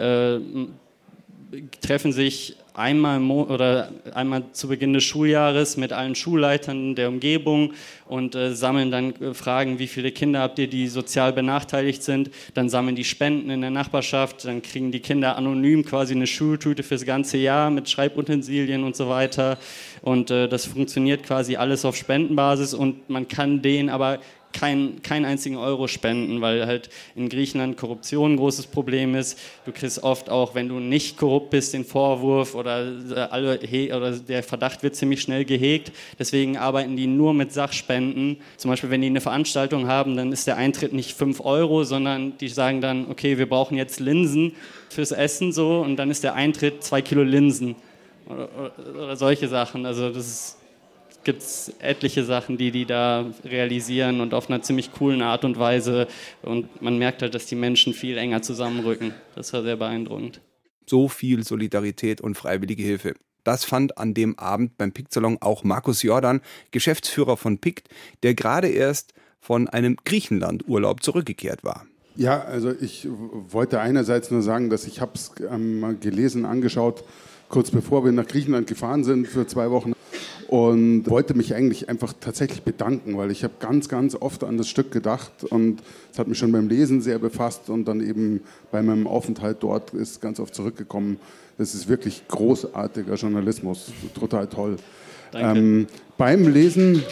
treffen sich einmal zu Beginn des Schuljahres mit allen Schulleitern der Umgebung und sammeln dann Fragen, wie viele Kinder habt ihr, die sozial benachteiligt sind. Dann sammeln die Spenden in der Nachbarschaft, dann kriegen die Kinder anonym quasi eine Schultüte fürs ganze Jahr mit Schreibutensilien und so weiter. Und das funktioniert quasi alles auf Spendenbasis und man kann denen aber keinen einzigen Euro spenden, weil halt in Griechenland Korruption ein großes Problem ist. Du kriegst oft auch, wenn du nicht korrupt bist, den Vorwurf oder der Verdacht wird ziemlich schnell gehegt. Deswegen arbeiten die nur mit Sachspenden. Zum Beispiel, wenn die eine Veranstaltung haben, dann ist der Eintritt nicht 5 Euro, sondern die sagen dann, okay, wir brauchen jetzt Linsen fürs Essen so und dann ist der Eintritt 2 Kilo Linsen oder solche Sachen. Also das gibt es etliche Sachen, die da realisieren und auf einer ziemlich coolen Art und Weise. Und man merkt halt, dass die Menschen viel enger zusammenrücken. Das war sehr beeindruckend. So viel Solidarität und freiwillige Hilfe. Das fand an dem Abend beim PICT-Salon auch Markus Jordan, Geschäftsführer von PICT, der gerade erst von einem Griechenland-Urlaub zurückgekehrt war. Ja, also ich wollte einerseits nur sagen, dass ich habe es gelesen, angeschaut, kurz bevor wir nach Griechenland gefahren sind für 2 Wochen. und wollte mich eigentlich einfach tatsächlich bedanken, weil ich habe ganz, ganz oft an das Stück gedacht und es hat mich schon beim Lesen sehr befasst und dann eben bei meinem Aufenthalt dort ist ganz oft zurückgekommen. Das ist wirklich großartiger Journalismus, total toll. Danke. Beim Lesen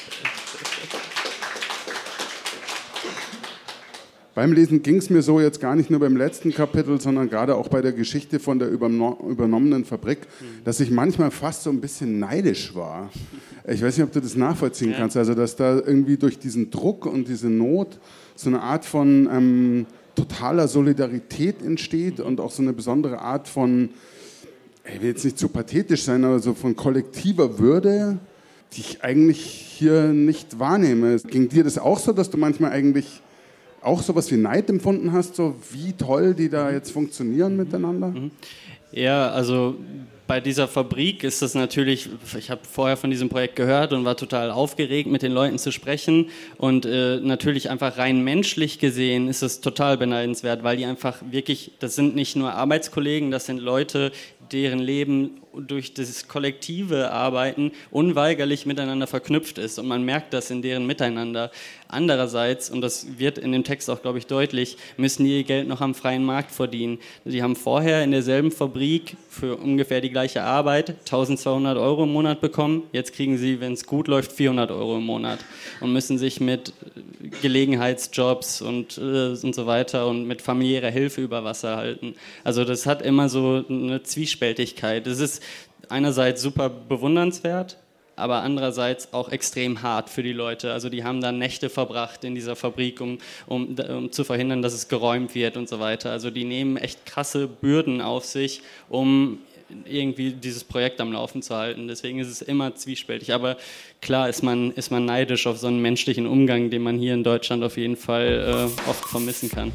ging es mir so jetzt gar nicht nur beim letzten Kapitel, sondern gerade auch bei der Geschichte von der übernommenen Fabrik, dass ich manchmal fast so ein bisschen neidisch war. Ich weiß nicht, ob du das nachvollziehen kannst, also dass da irgendwie durch diesen Druck und diese Not so eine Art von totaler Solidarität entsteht und auch so eine besondere Art von, ich will jetzt nicht zu pathetisch sein, aber so von kollektiver Würde, die ich eigentlich hier nicht wahrnehme. Ging dir das auch so, dass du manchmal eigentlich auch sowas wie Neid empfunden hast, so wie toll die da jetzt funktionieren miteinander? Ja, also bei dieser Fabrik ist das natürlich, ich habe vorher von diesem Projekt gehört und war total aufgeregt, mit den Leuten zu sprechen und natürlich einfach rein menschlich gesehen ist es total beneidenswert, weil die einfach wirklich, das sind nicht nur Arbeitskollegen, das sind Leute, deren Leben durch das kollektive Arbeiten unweigerlich miteinander verknüpft ist und man merkt das in deren Miteinander. Andererseits, und das wird in dem Text auch, glaube ich, deutlich, müssen die ihr Geld noch am freien Markt verdienen. Die haben vorher in derselben Fabrik für ungefähr die gleiche Arbeit 1.200 € im Monat bekommen. Jetzt kriegen sie, wenn es gut läuft, 400 € im Monat und müssen sich mit Gelegenheitsjobs und so weiter und mit familiärer Hilfe über Wasser halten. Also das hat immer so eine Zwiespältigkeit. Es ist einerseits super bewundernswert, aber andererseits auch extrem hart für die Leute. Also die haben dann Nächte verbracht in dieser Fabrik, um zu verhindern, dass es geräumt wird und so weiter. Also die nehmen echt krasse Bürden auf sich, um irgendwie dieses Projekt am Laufen zu halten. Deswegen ist es immer zwiespältig. Aber klar ist man neidisch auf so einen menschlichen Umgang, den man hier in Deutschland auf jeden Fall oft vermissen kann.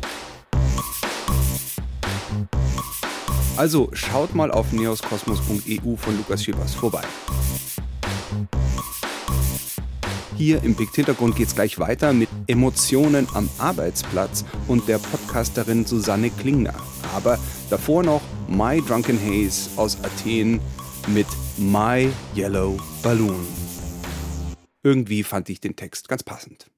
Also schaut mal auf neoskosmos.eu von Lukas Schippers vorbei. Hier im Pikt-Hintergrund geht es gleich weiter mit Emotionen am Arbeitsplatz und der Podcasterin Susanne Klingner. Aber davor noch My Drunken Haze aus Athen mit My Yellow Balloon. Irgendwie fand ich den Text ganz passend.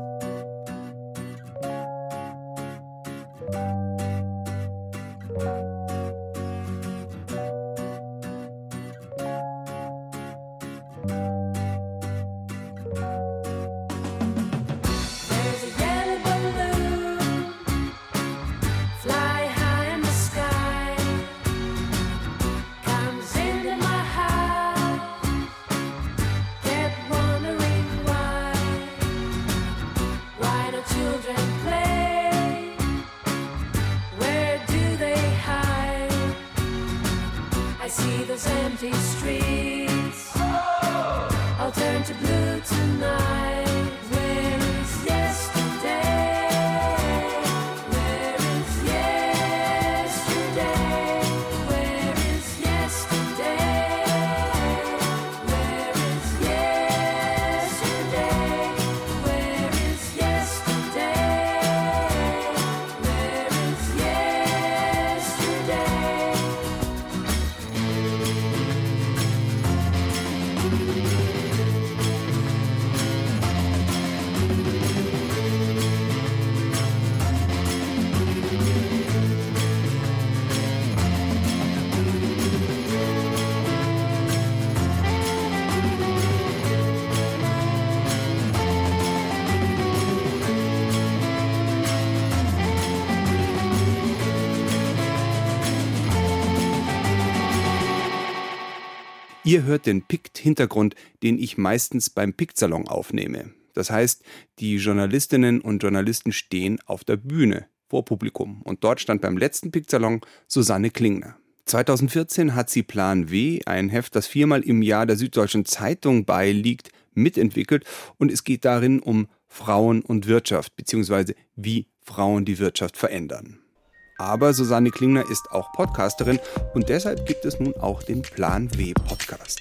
Ihr hört den Pikt-Hintergrund, den ich meistens beim Pikt-Salon aufnehme. Das heißt, die Journalistinnen und Journalisten stehen auf der Bühne vor Publikum. Und dort stand beim letzten Pikt-Salon Susanne Klingner. 2014 hat sie Plan W, ein Heft, das 4-mal im Jahr der Süddeutschen Zeitung beiliegt, mitentwickelt. Und es geht darin um Frauen und Wirtschaft, beziehungsweise wie Frauen die Wirtschaft verändern. Aber Susanne Klingner ist auch Podcasterin und deshalb gibt es nun auch den Plan W Podcast.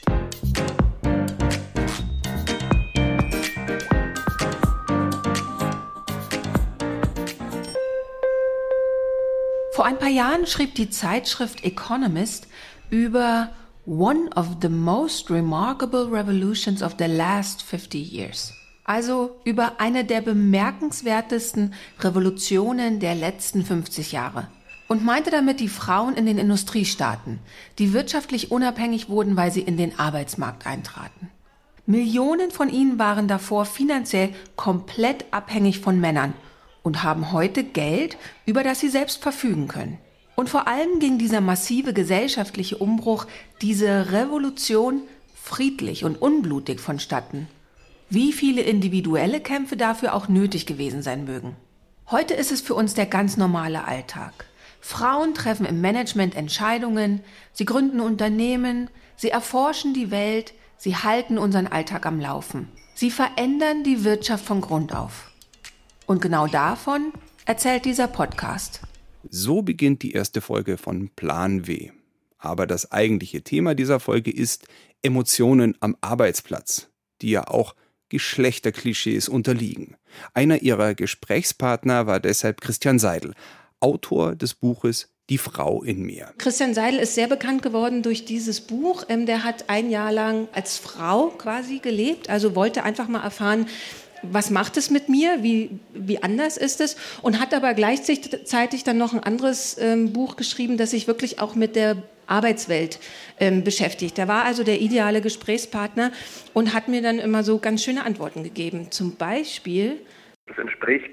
Vor ein paar Jahren schrieb die Zeitschrift Economist über One of the most remarkable revolutions of the last 50 years. Also über eine der bemerkenswertesten Revolutionen der letzten 50 Jahre. Und meinte damit die Frauen in den Industriestaaten, die wirtschaftlich unabhängig wurden, weil sie in den Arbeitsmarkt eintraten. Millionen von ihnen waren davor finanziell komplett abhängig von Männern und haben heute Geld, über das sie selbst verfügen können. Und vor allem ging dieser massive gesellschaftliche Umbruch, diese Revolution friedlich und unblutig vonstatten. Wie viele individuelle Kämpfe dafür auch nötig gewesen sein mögen. Heute ist es für uns der ganz normale Alltag. Frauen treffen im Management Entscheidungen, sie gründen Unternehmen, sie erforschen die Welt, sie halten unseren Alltag am Laufen. Sie verändern die Wirtschaft von Grund auf. Und genau davon erzählt dieser Podcast. So beginnt die erste Folge von Plan W. Aber das eigentliche Thema dieser Folge ist Emotionen am Arbeitsplatz, die ja auch Geschlechterklischees unterliegen. Einer ihrer Gesprächspartner war deshalb Christian Seidel, Autor des Buches Die Frau in mir. Christian Seidel ist sehr bekannt geworden durch dieses Buch. Der hat ein Jahr lang als Frau quasi gelebt, also wollte einfach mal erfahren, was macht es mit mir, wie anders ist es, und hat aber gleichzeitig dann noch ein anderes Buch geschrieben, das sich wirklich auch mit der Arbeitswelt beschäftigt. Er war also der ideale Gesprächspartner und hat mir dann immer so ganz schöne Antworten gegeben. Zum Beispiel: Das entspricht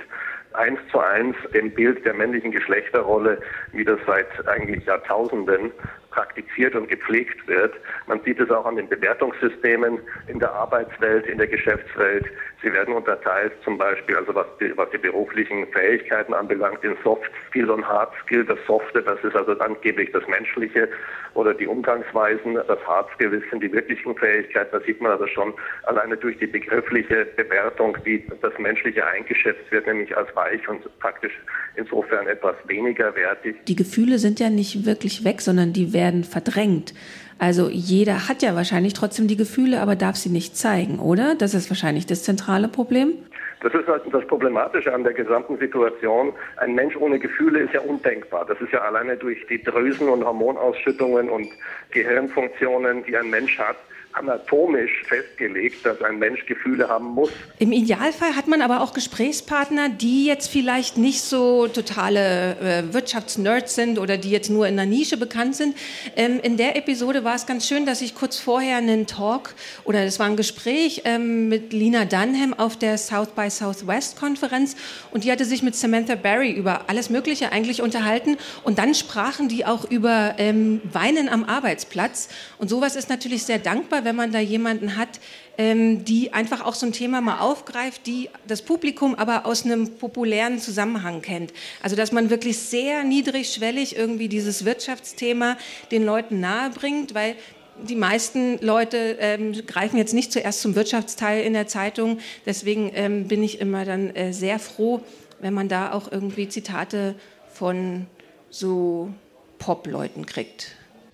1:1 dem Bild der männlichen Geschlechterrolle, wie das seit eigentlich Jahrtausenden praktiziert und gepflegt wird. Man sieht es auch an den Bewertungssystemen in der Arbeitswelt, in der Geschäftswelt. Sie werden unterteilt zum Beispiel, also was die beruflichen Fähigkeiten anbelangt, in Soft Skill und Hard Skill. Das Softe, das ist also angeblich das Menschliche oder die Umgangsweisen. Das Hard Skill, das sind die wirklichen Fähigkeiten. Da sieht man also schon alleine durch die begriffliche Bewertung, wie das Menschliche eingeschätzt wird, nämlich als weich und praktisch insofern etwas weniger wertig. Die Gefühle sind ja nicht wirklich weg, sondern die werden verdrängt. Also jeder hat ja wahrscheinlich trotzdem die Gefühle, aber darf sie nicht zeigen, oder? Das ist wahrscheinlich das zentrale Problem. Das ist halt das Problematische an der gesamten Situation. Ein Mensch ohne Gefühle ist ja undenkbar. Das ist ja alleine durch die Drüsen- und Hormonausschüttungen und Gehirnfunktionen, die ein Mensch hat, anatomisch festgelegt, dass ein Mensch Gefühle haben muss. Im Idealfall hat man aber auch Gesprächspartner, die jetzt vielleicht nicht so totale Wirtschaftsnerds sind oder die jetzt nur in einer Nische bekannt sind. In der Episode war es ganz schön, dass ich kurz vorher einen Talk oder es war ein Gespräch mit Lena Dunham auf der South by Southwest Konferenz und die hatte sich mit Samantha Barry über alles Mögliche eigentlich unterhalten und dann sprachen die auch über Weinen am Arbeitsplatz und sowas ist natürlich sehr dankbar, wenn man da jemanden hat, die einfach auch so ein Thema mal aufgreift, die das Publikum aber aus einem populären Zusammenhang kennt. Also dass man wirklich sehr niedrigschwellig irgendwie dieses Wirtschaftsthema den Leuten nahebringt, weil die meisten Leute greifen jetzt nicht zuerst zum Wirtschaftsteil in der Zeitung. Deswegen bin ich immer dann sehr froh, wenn man da auch irgendwie Zitate von so Pop-Leuten kriegt.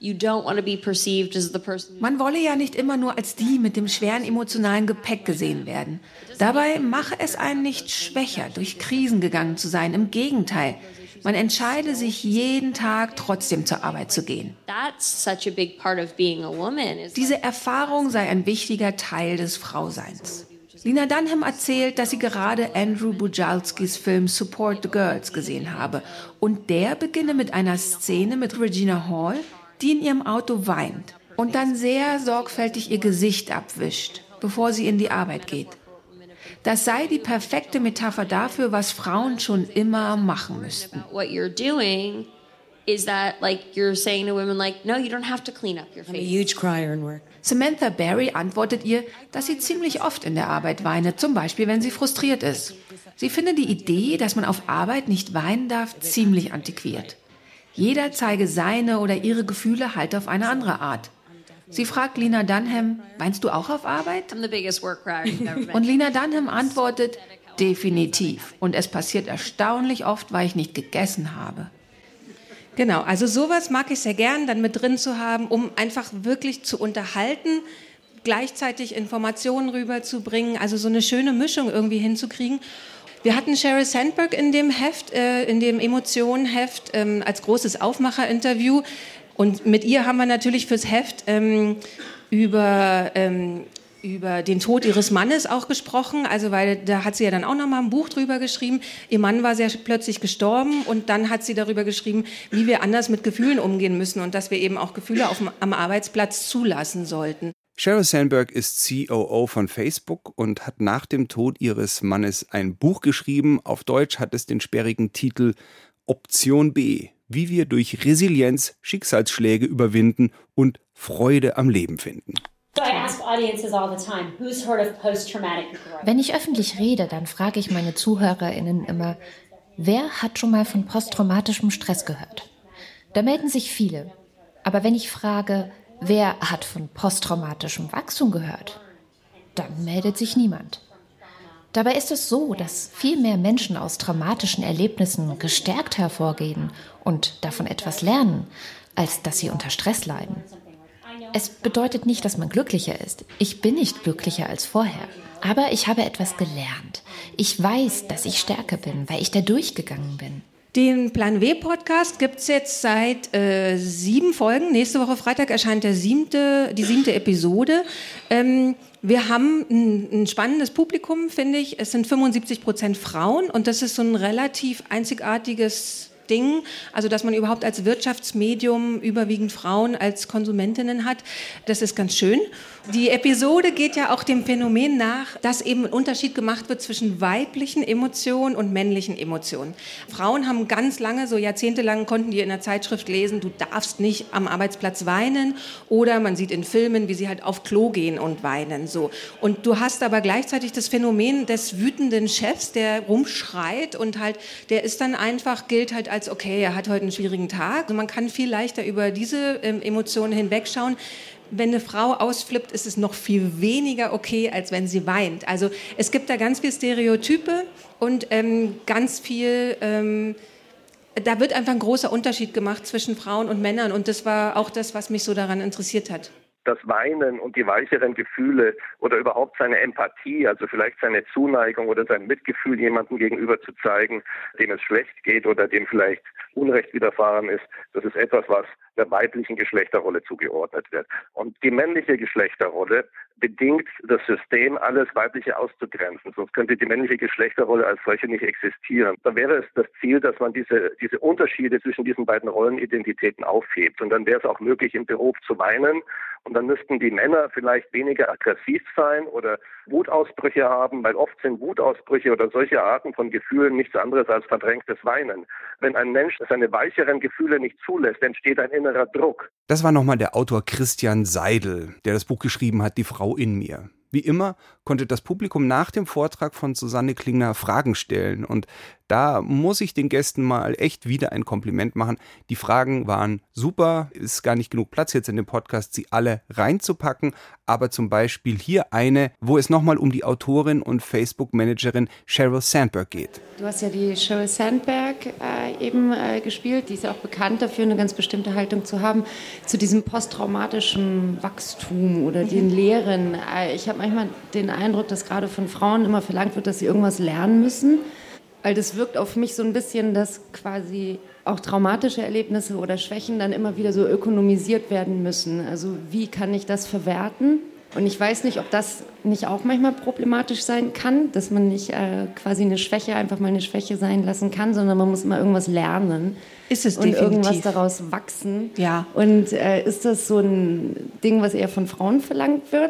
Man wolle ja nicht immer nur als die mit dem schweren emotionalen Gepäck gesehen werden. Dabei mache es einen nicht schwächer, durch Krisen gegangen zu sein. Im Gegenteil, man entscheide sich jeden Tag trotzdem zur Arbeit zu gehen. Diese Erfahrung sei ein wichtiger Teil des Frauseins. Lena Dunham erzählt, dass sie gerade Andrew Bujalskis Film Support the Girls gesehen habe. Und der beginne mit einer Szene mit Regina Hall, die in ihrem Auto weint und dann sehr sorgfältig ihr Gesicht abwischt, bevor sie in die Arbeit geht. Das sei die perfekte Metapher dafür, was Frauen schon immer machen müssten. Samantha Barry antwortet ihr, dass sie ziemlich oft in der Arbeit weine, zum Beispiel, wenn sie frustriert ist. Sie finde die Idee, dass man auf Arbeit nicht weinen darf, ziemlich antiquiert. Jeder zeige seine oder ihre Gefühle halt auf eine andere Art. Sie fragt Lena Dunham, weinst du auch auf Arbeit? Und Lena Dunham antwortet, definitiv. Und es passiert erstaunlich oft, weil ich nicht gegessen habe. Genau, also sowas mag ich sehr gern, dann mit drin zu haben, um einfach wirklich zu unterhalten, gleichzeitig Informationen rüberzubringen, also so eine schöne Mischung irgendwie hinzukriegen. Wir hatten Sheryl Sandberg in dem Heft, in dem Emotionen-Heft, als großes Aufmacher-Interview. Und mit ihr haben wir natürlich fürs Heft über den Tod ihres Mannes auch gesprochen, also weil da hat sie ja dann auch nochmal ein Buch drüber geschrieben. Ihr Mann war sehr plötzlich gestorben und dann hat sie darüber geschrieben, wie wir anders mit Gefühlen umgehen müssen und dass wir eben auch Gefühle am Arbeitsplatz zulassen sollten. Sheryl Sandberg ist COO von Facebook und hat nach dem Tod ihres Mannes ein Buch geschrieben. Auf Deutsch hat es den sperrigen Titel Option B, wie wir durch Resilienz Schicksalsschläge überwinden und Freude am Leben finden. Wenn ich öffentlich rede, dann frage ich meine ZuhörerInnen immer, wer hat schon mal von posttraumatischem Stress gehört? Da melden sich viele. Aber wenn ich frage, wer hat von posttraumatischem Wachstum gehört, dann meldet sich niemand. Dabei ist es so, dass viel mehr Menschen aus traumatischen Erlebnissen gestärkt hervorgehen und davon etwas lernen, als dass sie unter Stress leiden. Es bedeutet nicht, dass man glücklicher ist. Ich bin nicht glücklicher als vorher. Aber ich habe etwas gelernt. Ich weiß, dass ich stärker bin, weil ich da durchgegangen bin. Den Plan W-Podcast gibt es jetzt seit 7 Folgen. Nächste Woche Freitag erscheint die 7. Episode. Wir haben ein spannendes Publikum, finde ich. Es sind 75% Frauen und das ist so ein relativ einzigartiges Ding, also dass man überhaupt als Wirtschaftsmedium überwiegend Frauen als Konsumentinnen hat, das ist ganz schön. Die Episode geht ja auch dem Phänomen nach, dass eben ein Unterschied gemacht wird zwischen weiblichen Emotionen und männlichen Emotionen. Frauen haben ganz lange, so jahrzehntelang, konnten die in der Zeitschrift lesen, du darfst nicht am Arbeitsplatz weinen, oder man sieht in Filmen, wie sie halt auf Klo gehen und weinen. So. Und du hast aber gleichzeitig das Phänomen des wütenden Chefs, der rumschreit und halt, der ist dann einfach, gilt halt als, okay, er hat heute einen schwierigen Tag. Also man kann viel leichter über diese Emotionen hinwegschauen. Wenn eine Frau ausflippt, ist es noch viel weniger okay, als wenn sie weint. Also es gibt da ganz viel Stereotype und ganz viel, da wird einfach ein großer Unterschied gemacht zwischen Frauen und Männern und das war auch das, was mich so daran interessiert hat. Das Weinen und die weicheren Gefühle oder überhaupt seine Empathie, also vielleicht seine Zuneigung oder sein Mitgefühl jemandem gegenüber zu zeigen, dem es schlecht geht oder dem vielleicht Unrecht widerfahren ist, das ist etwas, was der weiblichen Geschlechterrolle zugeordnet wird. Und die männliche Geschlechterrolle bedingt das System, alles Weibliche auszugrenzen. Sonst könnte die männliche Geschlechterrolle als solche nicht existieren. Da wäre es das Ziel, dass man diese Unterschiede zwischen diesen beiden Rollenidentitäten aufhebt. Und dann wäre es auch möglich, im Beruf zu weinen. Und dann müssten die Männer vielleicht weniger aggressiv sein oder Wutausbrüche haben, weil oft sind Wutausbrüche oder solche Arten von Gefühlen nichts anderes als verdrängtes Weinen. Wenn ein Mensch seine weicheren Gefühle nicht zulässt, entsteht ein innerer Druck. Das war nochmal der Autor Christian Seidel, der das Buch geschrieben hat, Die Frau in mir. Wie immer konnte das Publikum nach dem Vortrag von Susanne Klingner Fragen stellen. Und da muss ich den Gästen mal echt wieder ein Kompliment machen. Die Fragen waren super. Ist gar nicht genug Platz jetzt in dem Podcast, sie alle reinzupacken. Aber zum Beispiel hier eine, wo es nochmal um die Autorin und Facebook-Managerin Sheryl Sandberg geht. Du hast ja die Sheryl Sandberg gespielt. Die ist ja auch bekannt dafür, eine ganz bestimmte Haltung zu haben zu diesem posttraumatischen Wachstum oder den Lehren. Ich habe manchmal den Eindruck, dass gerade von Frauen immer verlangt wird, dass sie irgendwas lernen müssen. Weil das wirkt auf mich so ein bisschen, dass quasi auch traumatische Erlebnisse oder Schwächen dann immer wieder so ökonomisiert werden müssen. Also wie kann ich das verwerten? Und ich weiß nicht, ob das nicht auch manchmal problematisch sein kann, dass man nicht quasi eine Schwäche einfach mal eine Schwäche sein lassen kann, sondern man muss immer irgendwas lernen. Ist es und definitiv. Irgendwas daraus wachsen. Ja. Und ist das so ein Ding, was eher von Frauen verlangt wird?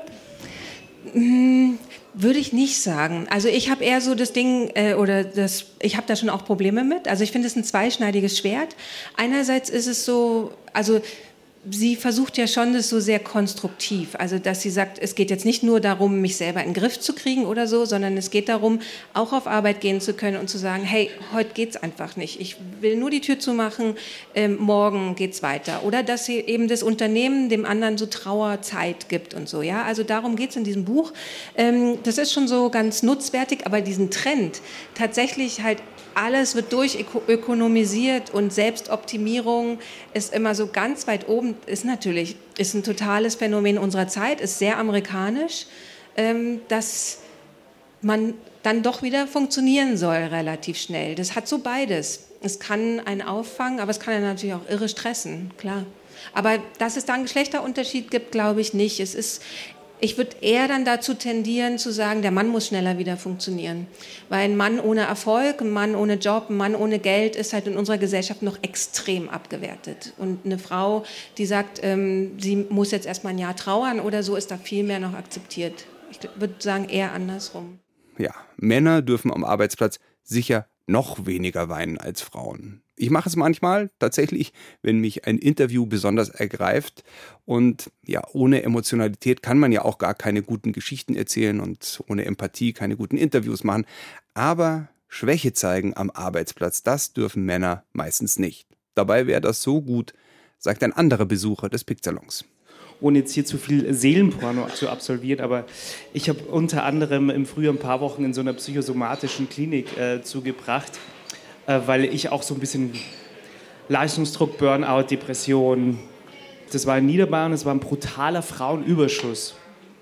Würde ich nicht sagen. Also ich habe eher so das Ding, ich habe da schon auch Probleme mit. Also ich finde es ein zweischneidiges Schwert. Einerseits ist es so, also sie versucht ja schon das so sehr konstruktiv, also dass sie sagt, es geht jetzt nicht nur darum, mich selber in den Griff zu kriegen oder so, sondern es geht darum, auch auf Arbeit gehen zu können und zu sagen, hey, heute geht's einfach nicht, ich will nur die Tür zumachen, morgen geht's weiter. Oder dass sie eben das Unternehmen dem anderen so Trauerzeit gibt und so, ja. Also darum geht's in diesem Buch. Das ist schon so ganz nutzwertig, aber diesen Trend, tatsächlich halt alles wird durchökonomisiert und Selbstoptimierung ist immer so ganz weit oben, ist ein totales Phänomen unserer Zeit, ist sehr amerikanisch, dass man dann doch wieder funktionieren soll relativ schnell. Das hat so beides. Es kann einen auffangen, aber es kann einen natürlich auch irre stressen, klar. Aber dass es da einen Geschlechterunterschied gibt, glaube ich nicht. Ich würde eher dann dazu tendieren zu sagen, der Mann muss schneller wieder funktionieren. Weil ein Mann ohne Erfolg, ein Mann ohne Job, ein Mann ohne Geld ist halt in unserer Gesellschaft noch extrem abgewertet. Und eine Frau, die sagt, sie muss jetzt erstmal ein Jahr trauern oder so, ist da viel mehr noch akzeptiert. Ich würde sagen, eher andersrum. Ja, Männer dürfen am Arbeitsplatz sicher noch weniger weinen als Frauen. Ich mache es manchmal tatsächlich, wenn mich ein Interview besonders ergreift. Und ja, ohne Emotionalität kann man ja auch gar keine guten Geschichten erzählen und ohne Empathie keine guten Interviews machen. Aber Schwäche zeigen am Arbeitsplatz, das dürfen Männer meistens nicht. Dabei wäre das so gut, sagt ein anderer Besucher des Picksalons. Ohne jetzt hier zu viel Seelenporno zu absolvieren, aber ich habe unter anderem im Frühjahr ein paar Wochen in so einer psychosomatischen Klinik zugebracht, weil ich auch so ein bisschen Leistungsdruck, Burnout, Depression, das war in Niederbayern, es war ein brutaler Frauenüberschuss.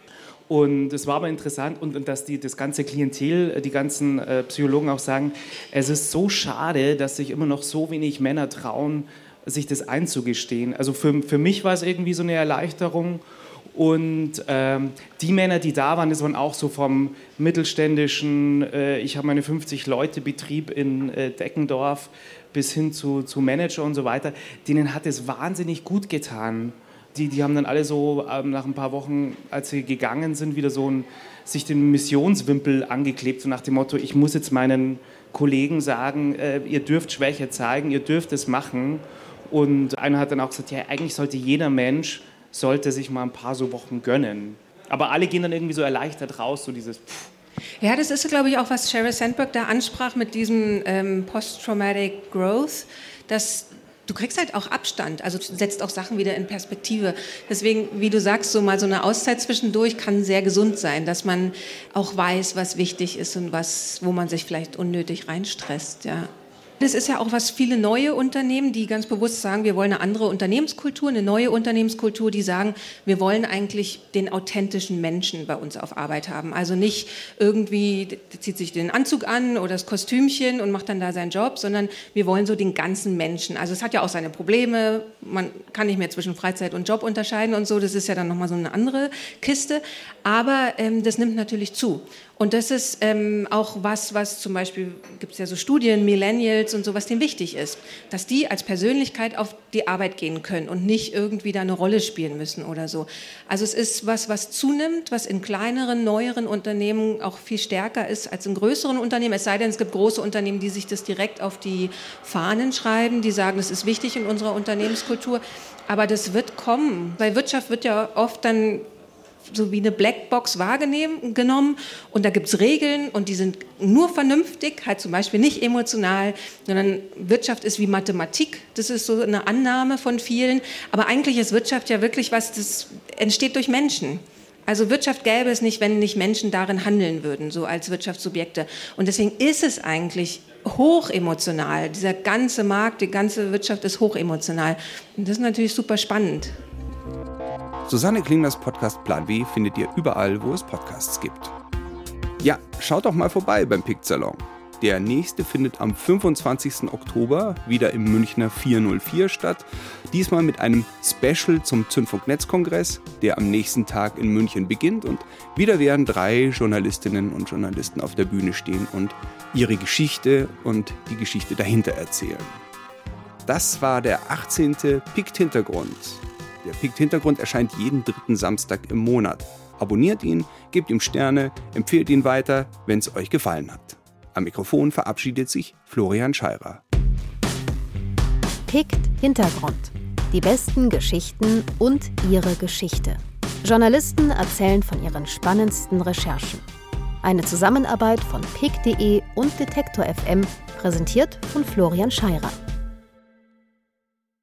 Und es war aber interessant, und dass das ganze Klientel, die ganzen Psychologen auch sagen, es ist so schade, dass sich immer noch so wenig Männer trauen, sich das einzugestehen. Also für mich war es irgendwie so eine Erleichterung. Und die Männer, die da waren, das waren auch so vom mittelständischen, ich habe meine 50-Leute-Betrieb in Deckendorf bis hin zu Manager und so weiter, denen hat es wahnsinnig gut getan. Die haben dann alle so nach ein paar Wochen, als sie gegangen sind, wieder sich den Missionswimpel angeklebt, so nach dem Motto, ich muss jetzt meinen Kollegen sagen, ihr dürft Schwäche zeigen, ihr dürft es machen. Und einer hat dann auch gesagt, ja, eigentlich sollte jeder Mensch sich mal ein paar so Wochen gönnen. Aber alle gehen dann irgendwie so erleichtert raus, so dieses Pff. Ja, das ist, glaube ich, auch, was Sheryl Sandberg da ansprach mit diesem Post-Traumatic Growth, dass du kriegst halt auch Abstand, also setzt auch Sachen wieder in Perspektive. Deswegen, wie du sagst, so mal so eine Auszeit zwischendurch kann sehr gesund sein, dass man auch weiß, was wichtig ist und wo man sich vielleicht unnötig reinstresst, ja. Das ist ja auch was viele neue Unternehmen, die ganz bewusst sagen, wir wollen eine andere Unternehmenskultur, eine neue Unternehmenskultur, die sagen, wir wollen eigentlich den authentischen Menschen bei uns auf Arbeit haben. Also nicht irgendwie, der zieht sich den Anzug an oder das Kostümchen und macht dann da seinen Job, sondern wir wollen so den ganzen Menschen. Also es hat ja auch seine Probleme, man kann nicht mehr zwischen Freizeit und Job unterscheiden und so, das ist ja dann nochmal so eine andere Kiste, aber das nimmt natürlich zu. Und das ist auch was zum Beispiel, gibt es ja so Studien, Millennials und so, was denen wichtig ist, dass die als Persönlichkeit auf die Arbeit gehen können und nicht irgendwie da eine Rolle spielen müssen oder so. Also es ist was zunimmt, was in kleineren, neueren Unternehmen auch viel stärker ist als in größeren Unternehmen, es sei denn, es gibt große Unternehmen, die sich das direkt auf die Fahnen schreiben, die sagen, das ist wichtig in unserer Unternehmenskultur, aber das wird kommen, weil Wirtschaft wird ja oft dann so wie eine Blackbox wahrgenommen und da gibt es Regeln und die sind nur vernünftig, halt zum Beispiel nicht emotional, sondern Wirtschaft ist wie Mathematik, das ist so eine Annahme von vielen, aber eigentlich ist Wirtschaft ja wirklich was, das entsteht durch Menschen. Also Wirtschaft gäbe es nicht, wenn nicht Menschen darin handeln würden, so als Wirtschaftssubjekte. Und deswegen ist es eigentlich hochemotional, dieser ganze Markt, die ganze Wirtschaft ist hochemotional und das ist natürlich super spannend. Susanne Klinglers Podcast Plan W findet ihr überall, wo es Podcasts gibt. Ja, schaut doch mal vorbei beim Picksalon. Der nächste findet am 25. Oktober wieder im Münchner 404 statt. Diesmal mit einem Special zum Zündfunk-Netz-Kongress, der am nächsten Tag in München beginnt. Und wieder werden 3 Journalistinnen und Journalisten auf der Bühne stehen und ihre Geschichte und die Geschichte dahinter erzählen. Das war der 18. Pickt-Hintergrund. Der Pickt-Hintergrund erscheint jeden 3. Samstag im Monat. Abonniert ihn, gebt ihm Sterne, empfehlt ihn weiter, wenn es euch gefallen hat. Am Mikrofon verabschiedet sich Florian Scheirer. Pickt-Hintergrund. Die besten Geschichten und ihre Geschichte. Journalisten erzählen von ihren spannendsten Recherchen. Eine Zusammenarbeit von pick.de und Detektor FM, präsentiert von Florian Scheirer.